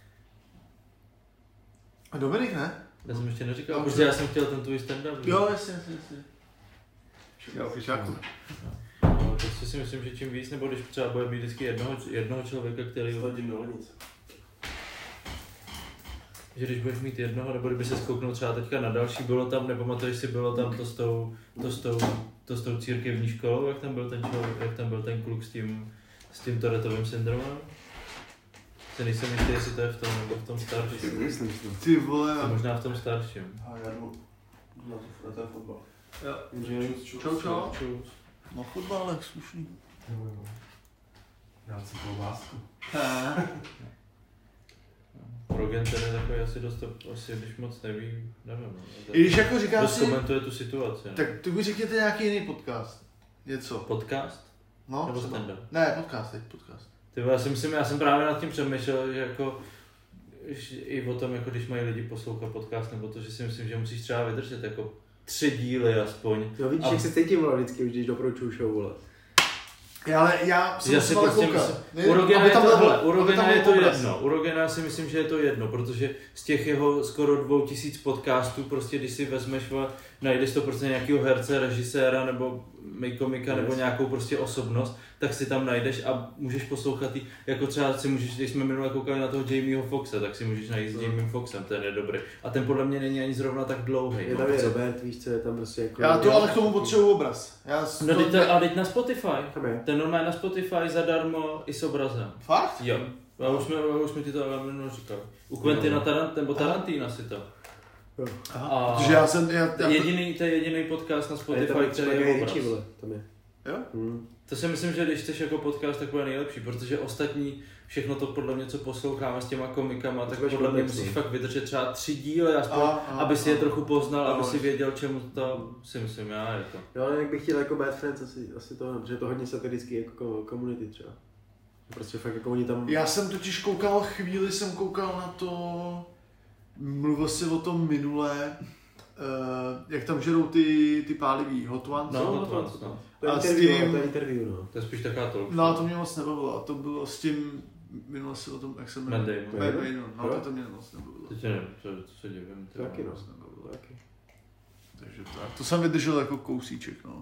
A Dominik, ne? Já jsem ještě neříkal, No, protože já jsem chtěl ten tvůj stand-up. Jo, jasně, jasně, jasně. Jo, fišáku. No, prostě si myslím, že čím víc, nebo když třeba bude mít vždycky jednoho, jednoho člověka, který... Sladím do lednice. Že když budeš mít jednoho, nebo kdyby se skouknul třeba teďka na další, bylo tam, nepamatuješ si, bylo tam to s tou, to s tou, to s tou církevní školou, jak tam byl ten člověk, jak tam byl ten kluk s tím, s tím Tourettovým syndromem? Se nejsem jistý, jestli to je v tom, nebo v tom starším. Myslím si. Ty vole. To možná v tom starším. A já jdu na, na ten fotbal. Jo. Čau, čau. Čus. No fotbálek, slušný. Dát si klobásku. Rogan ten je takový asi dost, asi když moc neví, nevím. No, I když jako říkáš dost si, komentuje tu situaci. No. tak ty mi řekněte nějaký jiný podcast. Něco. Podcast? No, Nebo třeba. stand-up? Ne, podcast, teď podcast. Ty vole, já si myslím, já jsem právě nad tím přemýšlel, že jako že i o tom, jako když mají lidi poslouchat podcast, nebo to, že si myslím, že musíš třeba vydržet jako tři díly aspoň. Jo, vidíš, A- jak se cítím, vole, vždycky, už když doporučuju show, vole. Já, ale já jsem Já se si ale prostě koukal. myslím, Ne, u Rogena aby je tam to, byl- hele, u aby Rogena tam je byl to obraz. jedno, u Rogena si myslím, že je to jedno, protože z těch jeho skoro dvou tisíc podcastů, prostě když si vezmeš, vole, najdeš to prostě nějakého herce, režiséra nebo komika nebo nějakou prostě osobnost, tak si tam najdeš a můžeš poslouchat jí, jako třeba si můžeš, když jsme minule koukali na toho Jamieho Foxe, tak si můžeš najít s Jamiem Foxem, ten je dobrý. A ten podle mě není ani zrovna tak dlouhý. Je tam je Robert, víš co, je tam prostě jako... Já to ale k tomu potřebuji obraz. Já s- No to- teď to, a teď na Spotify. Tam je. Ten normálně na Spotify zadarmo i s obrazem. Fakt? Jo. A už jsme, už jsme ti to ale minule říkali. U Quentina Tarant, nebo Tarantina si to. Jo. Aha, A protože já jsem, já, já Jediný, to je jediný podcast na A je Spotify, tam který třeba je Guy obraz. Ritchie, vole, tam je. Jo? Hmm. To si myslím, že když chceš jako podcast, tak bude nejlepší, protože ostatní, všechno to podle mě, co posloucháme s těma komikama, tak To budeš podle mě komplexní. musíš fakt vydržet třeba tři díly, aspoň, A, a, aby si je a. trochu poznal, A, aby si a. věděl, čemu to si myslím já jako. Jo, ale jak bych chtěl jako Bad Friends, asi, asi to, protože je to hodně satirický jako komunity třeba. Prostě fakt jako oni tam... Já jsem totiž koukal, chvíli jsem koukal na to, mluvil jsi o tom minule, uh, jak tam žerou ty, ty pálivý Hot Ones. No, Co? Hot Ones, no. To je A s interview, tím- no, to je interview, no. To je spíš taková talk show. No a to mě moc nebavilo, a to bylo s tím, minule si o tom, jak se jmenuje. Matt Damon. Matt Damon, no Jo? to, to mě moc nebavilo. To tě nevím, to, to se divím. ty Taky vole. no, taky. Takže tak, to jsem vydržel jako kousíček, no.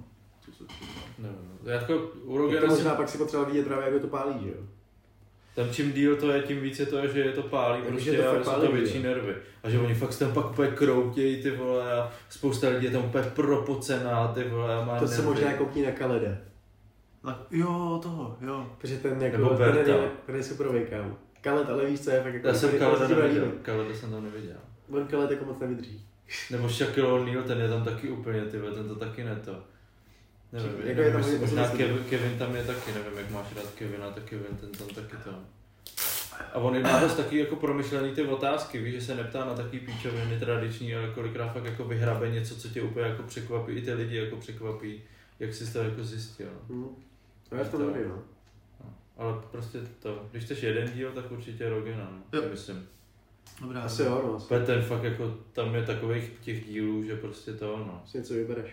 co Nevím. Jako u To Rogana možná si... pak si potřeba vidět právě, jak to pálí, že jo? Tam čím díl to je, tím víc je to, že je to pálí, Jako, prostě že to a fakt jsou pálí, to větší jo. nervy. A že oni fakt tam pak úplně kroutějí, ty vole, a spousta lidí je tam úplně propocená, ty vole, a má To se nervy. možná koukni na Kaleda. No, jo, toho, jo. Protože ten jako, Nebo ten Berta. je, ten je superovej, kámo. Kaled, ale víš co je fakt jako... Já jsem ten- Kaleda ten- neviděl, Kaleda jsem tam neviděl. On Kaled jako moc nevydrží. Nebo Shaquille O'Neal, ten je tam taky úplně, ty vole, ten to taky ne to. Nevím, Jako nevím je tam jestli- hodně možná pozitivní. Kevin, Kevin tam je taky, nevím jak máš rád Kevina, tak Kevin ten tam taky to. A on má dost taky jako promyšlený ty otázky, víš, že se neptá na taky píčoviny tradiční, ale kolikrát fakt jako vyhrabe něco, co tě úplně jako překvapí, i ty lidi jako překvapí, jak jsi to jako zjistil. Hmm. No já v tom dobrý, no. No. Ale prostě to, když chceš jeden díl, tak určitě Rogena, no, Jo. myslím. Dobrá. Asi jo, no. Protože ten fakt jako, tam je takových těch dílů, že prostě to ono. Si něco vybereš.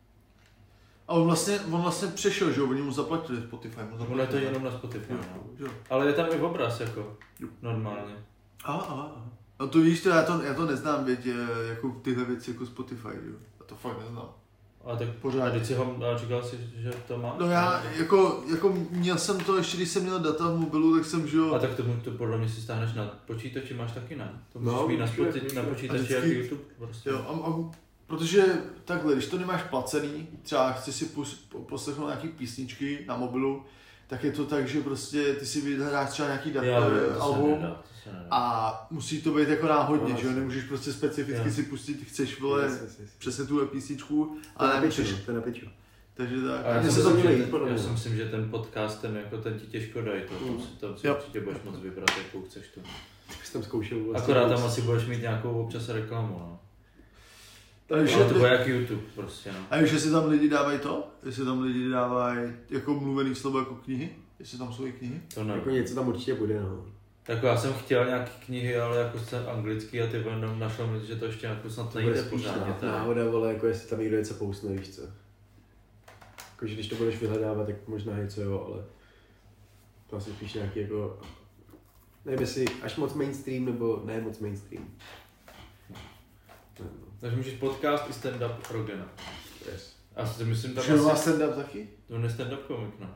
A on vlastně, on vlastně přešel, že jo, oni mu zaplatili Spotify, mu zaplatili. Ono je to jenom na Spotify, Jo, no. jo. Ale je tam i obraz, jako, Jo. normálně. Aha, aha, aha. No to víš, to já to, já to neznám, věď, jako tyhle věci jako Spotify, jo. Já to fakt neznám. A tak Pořád. a teď si ho, a říkal jsi, že to má? No já, jako, jako měl jsem to, ještě když jsem měl data v mobilu, tak jsem, že jo. A tak to, to podle mě si stáhneš na počítači, máš taky ne? To musíš No, mít na, můžu, spoči, můžu. na A počítači vždycky- jak YouTube prostě. Jo, a, a, protože takhle, když to nemáš placený, třeba chceš si pus, poslechnout nějaký písničky na mobilu, tak je to tak, že prostě ty si vyhledáš třeba nějaký dat, Já vím, eh, to se album nedá, to se nedá. a musí to být jako náhodně, No, že jo, jasně. nemůžeš prostě specificky Jo. si pustit, chceš, vole, Yes, yes, yes. přesně tuhle písničku, To je ale na piču, nemůžeš, to je na piču. takže tak. A já, mně si se to myslím, mělo že jít, ten, podle já mě. si myslím, že ten podcast, ten, jako, ten ti těžko dají, to, Mm. tam, si, tam si Jo. určitě budeš moc vybrat, jakou chceš tu. Tak jsem tam zkoušel vlastně. Akorát tam asi budeš mít nějakou občas reklamu, no. Takže Ale to ty- bude jak YouTube prostě, no. A víš, jestli tam lidi dávají to? Jestli tam lidi dávají jako mluvený slovo jako knihy? Jestli tam jsou i knihy? To ne. Jako něco tam určitě bude, no. Jako já jsem chtěl nějaký knihy, ale jako jsem anglický a ty jenom našel mi, že to ještě jako snad To nejde bude spíš pořádně. ná- tady. náhoda, vole, jako jestli tam někdo něco pousne, víš co. Jakože když to budeš vyhledávat, tak možná něco jo, ale to asi spíš nějaký jako, nevím jestli až moc mainstream, nebo ne moc mainstream. Nevím, no. Takže můžeš podcast i stand-up Rogena. Yes. A si myslím tam Že má asi... stand-up taky? To je stand-up komik, no.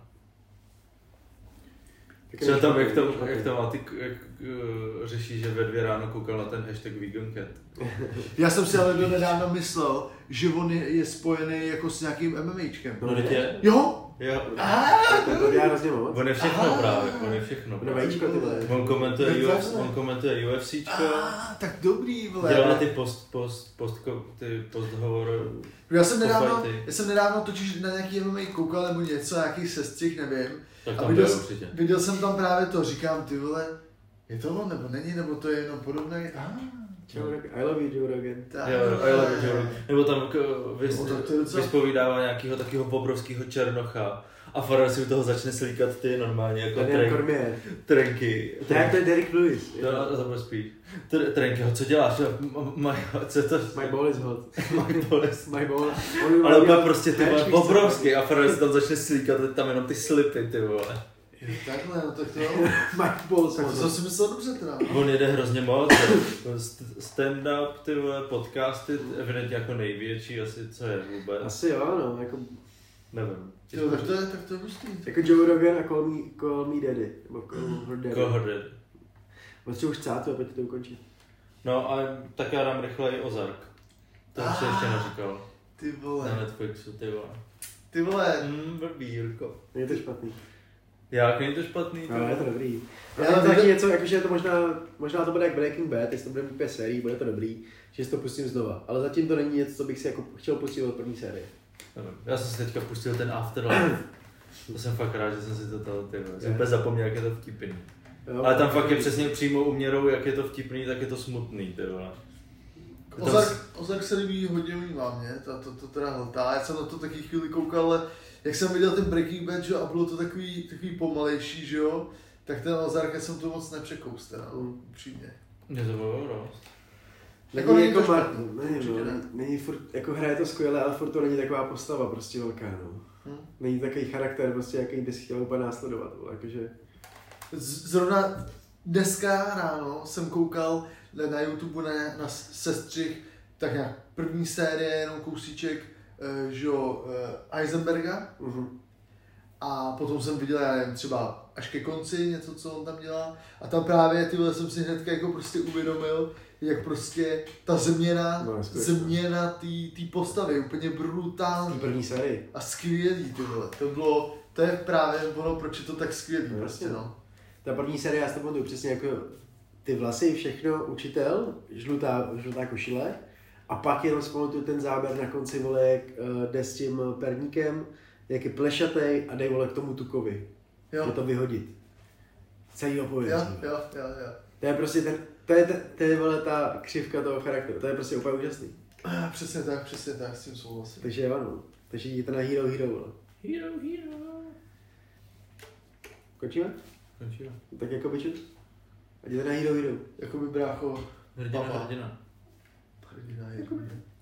Tak Třeba je tam, špatný, jak tam, špatný. jak tam a ty jak, uh, řeší, že ve dvě ráno koukal na ten hashtag Vegan Cat. Já jsem si ale do nedávna myslel, že on je, je spojený jako s nějakým MMAčkem. No, teď je... Jo? Jo. To to dělá hrozně moc. On je všechno Aha. právě, on je všechno. No vajíčko, ty vole. On komentuje, Tak U F C, takhle. on komentuje UFCčko, Ah, tak dobrý, vole. dělá ty post, post, post, ty posthovory. Já jsem nedávno, Fighty. já jsem nedávno totiž na nějaký M M A koukal nebo něco, nějaký sestřih, nevím. Tak A tam viděl, bude jsem- určitě. viděl jsem tam právě to, říkám, ty vole, je to on nebo není, nebo to je jenom podobné? Ah, Joe Rogan. I love you, Joe Rogan. tak. Jo, jo, jo, jo. Nebo tam k- vys, No, tak to je docela- vyspovídává nějakého takového obrovského černocha a Farrell si u toho začne slíkat ty normálně jako Daniel trenky. Cormier. trenky. Tak to je Derek Lewis. To, to, to bude spíš. Tr- Trenky, co děláš? M- m- co je to? My ball is hot. My bolest. My ball. Ale úplně prostě ty vole, Hatch, víš co? obrovský a Farrell si tam začne slíkat, teď tam jenom ty slipy, ty vole. Jo, takhle, no tak to My ball is tak to jsem hot. si myslel dobře teda. On jede hrozně moc. St- Stand-up, ty vole, podcasty, evidentně jako největší asi, co je vůbec. Asi jo, no, jako, Nevím. Jo, tak to je, tak to je hustý. jako Joe Rogan a Call Me, call me Daddy. Nebo Call Her Daddy. Kohordy. Potřebuji už cátu a pojď to ukončit. No a tak já dám rychleji Ozark. To už se ještě neříkal. Ty Na vole, Netflixu, ty vole. ty vole. Mm, blbý, Jirko. Není to špatný. Jak, není to špatný? ty Ale je vole? to dobrý. Já Ale to viděl- taky něco, jakože je to možná, možná to bude jak Breaking Bad, jestli to bude mít pět sérií, bude to dobrý, že si to pustím znova. Ale zatím to není něco, co bych si jako chtěl pustit od první série. Nevím. Já jsem si teďka pustil ten Afterlife. To jsem fakt rád, že jsem si to toho, ty vole. Jsem Je. úplně zapomněl, jak je to vtipný. Jo, Ale tam fakt je přesně přímou uměrou, jak je to vtipný, tak je to smutný, ty vole. Tam Ozark, Ozark se líbí hodně mývám, mě, to, to, to teda hltá, já jsem na to taky chvíli koukal, ale jak jsem viděl ten Breaking Bad, že jo, a bylo to takový, takový pomalejší, že jo, tak ten Ozark já jsem to moc nepřekous, teda, Mm. upřímně. Mě to bylo dost. Není Jako jako, není to Mar- špatný, není, určitě no, ne. není furt, jako hraje to skvěle, ale furt to není taková postava prostě velká, no. Hm. Není takový charakter prostě, jaký bys chtěl úplně následovat, vole, jakože. Z- Zrovna dneska ráno jsem koukal na, na YouTube na, na sestřih, tak nějak první série, jenom kousíček uh, že jo, uh, Heisenberga. Uh-huh. A potom jsem viděl, já nevím, třeba až ke konci něco, co on tam dělá. A tam právě tyhle jsem si hnedka jako prostě uvědomil, jak prostě ta změna, no, změna té postavy, úplně brutální. V první sérii. A skvělý tyhle. To bylo, to je právě ono, proč je to tak skvělý no, prostě, no. Ta první série, já si to pamatuju přesně jako ty vlasy, všechno, učitel, žlutá, žlutá košile. A pak jenom vzpomínám ten záběr na konci, vole, jak uh, jde s tím perníkem, jak je plešatej a dej, vole, k tomu tukovi. Jo. To vyhodit. Celý opovědí. Jo, jo, jo, jo. To je prostě ten, to je, ten, to je, vole, ta křivka toho charakteru. To je prostě úplně úžasný. Ah, přesně tak, přesně tak, s tím souhlasím. Takže jo, no. Takže jděte na Hero Hero, vole. Hero, hero. Končíme? Končíme. Tak jako biču? A jděte na Hero Hero. Jakoby brácho. Hrdina, Papa. hrdina. Hrdina, hrdina.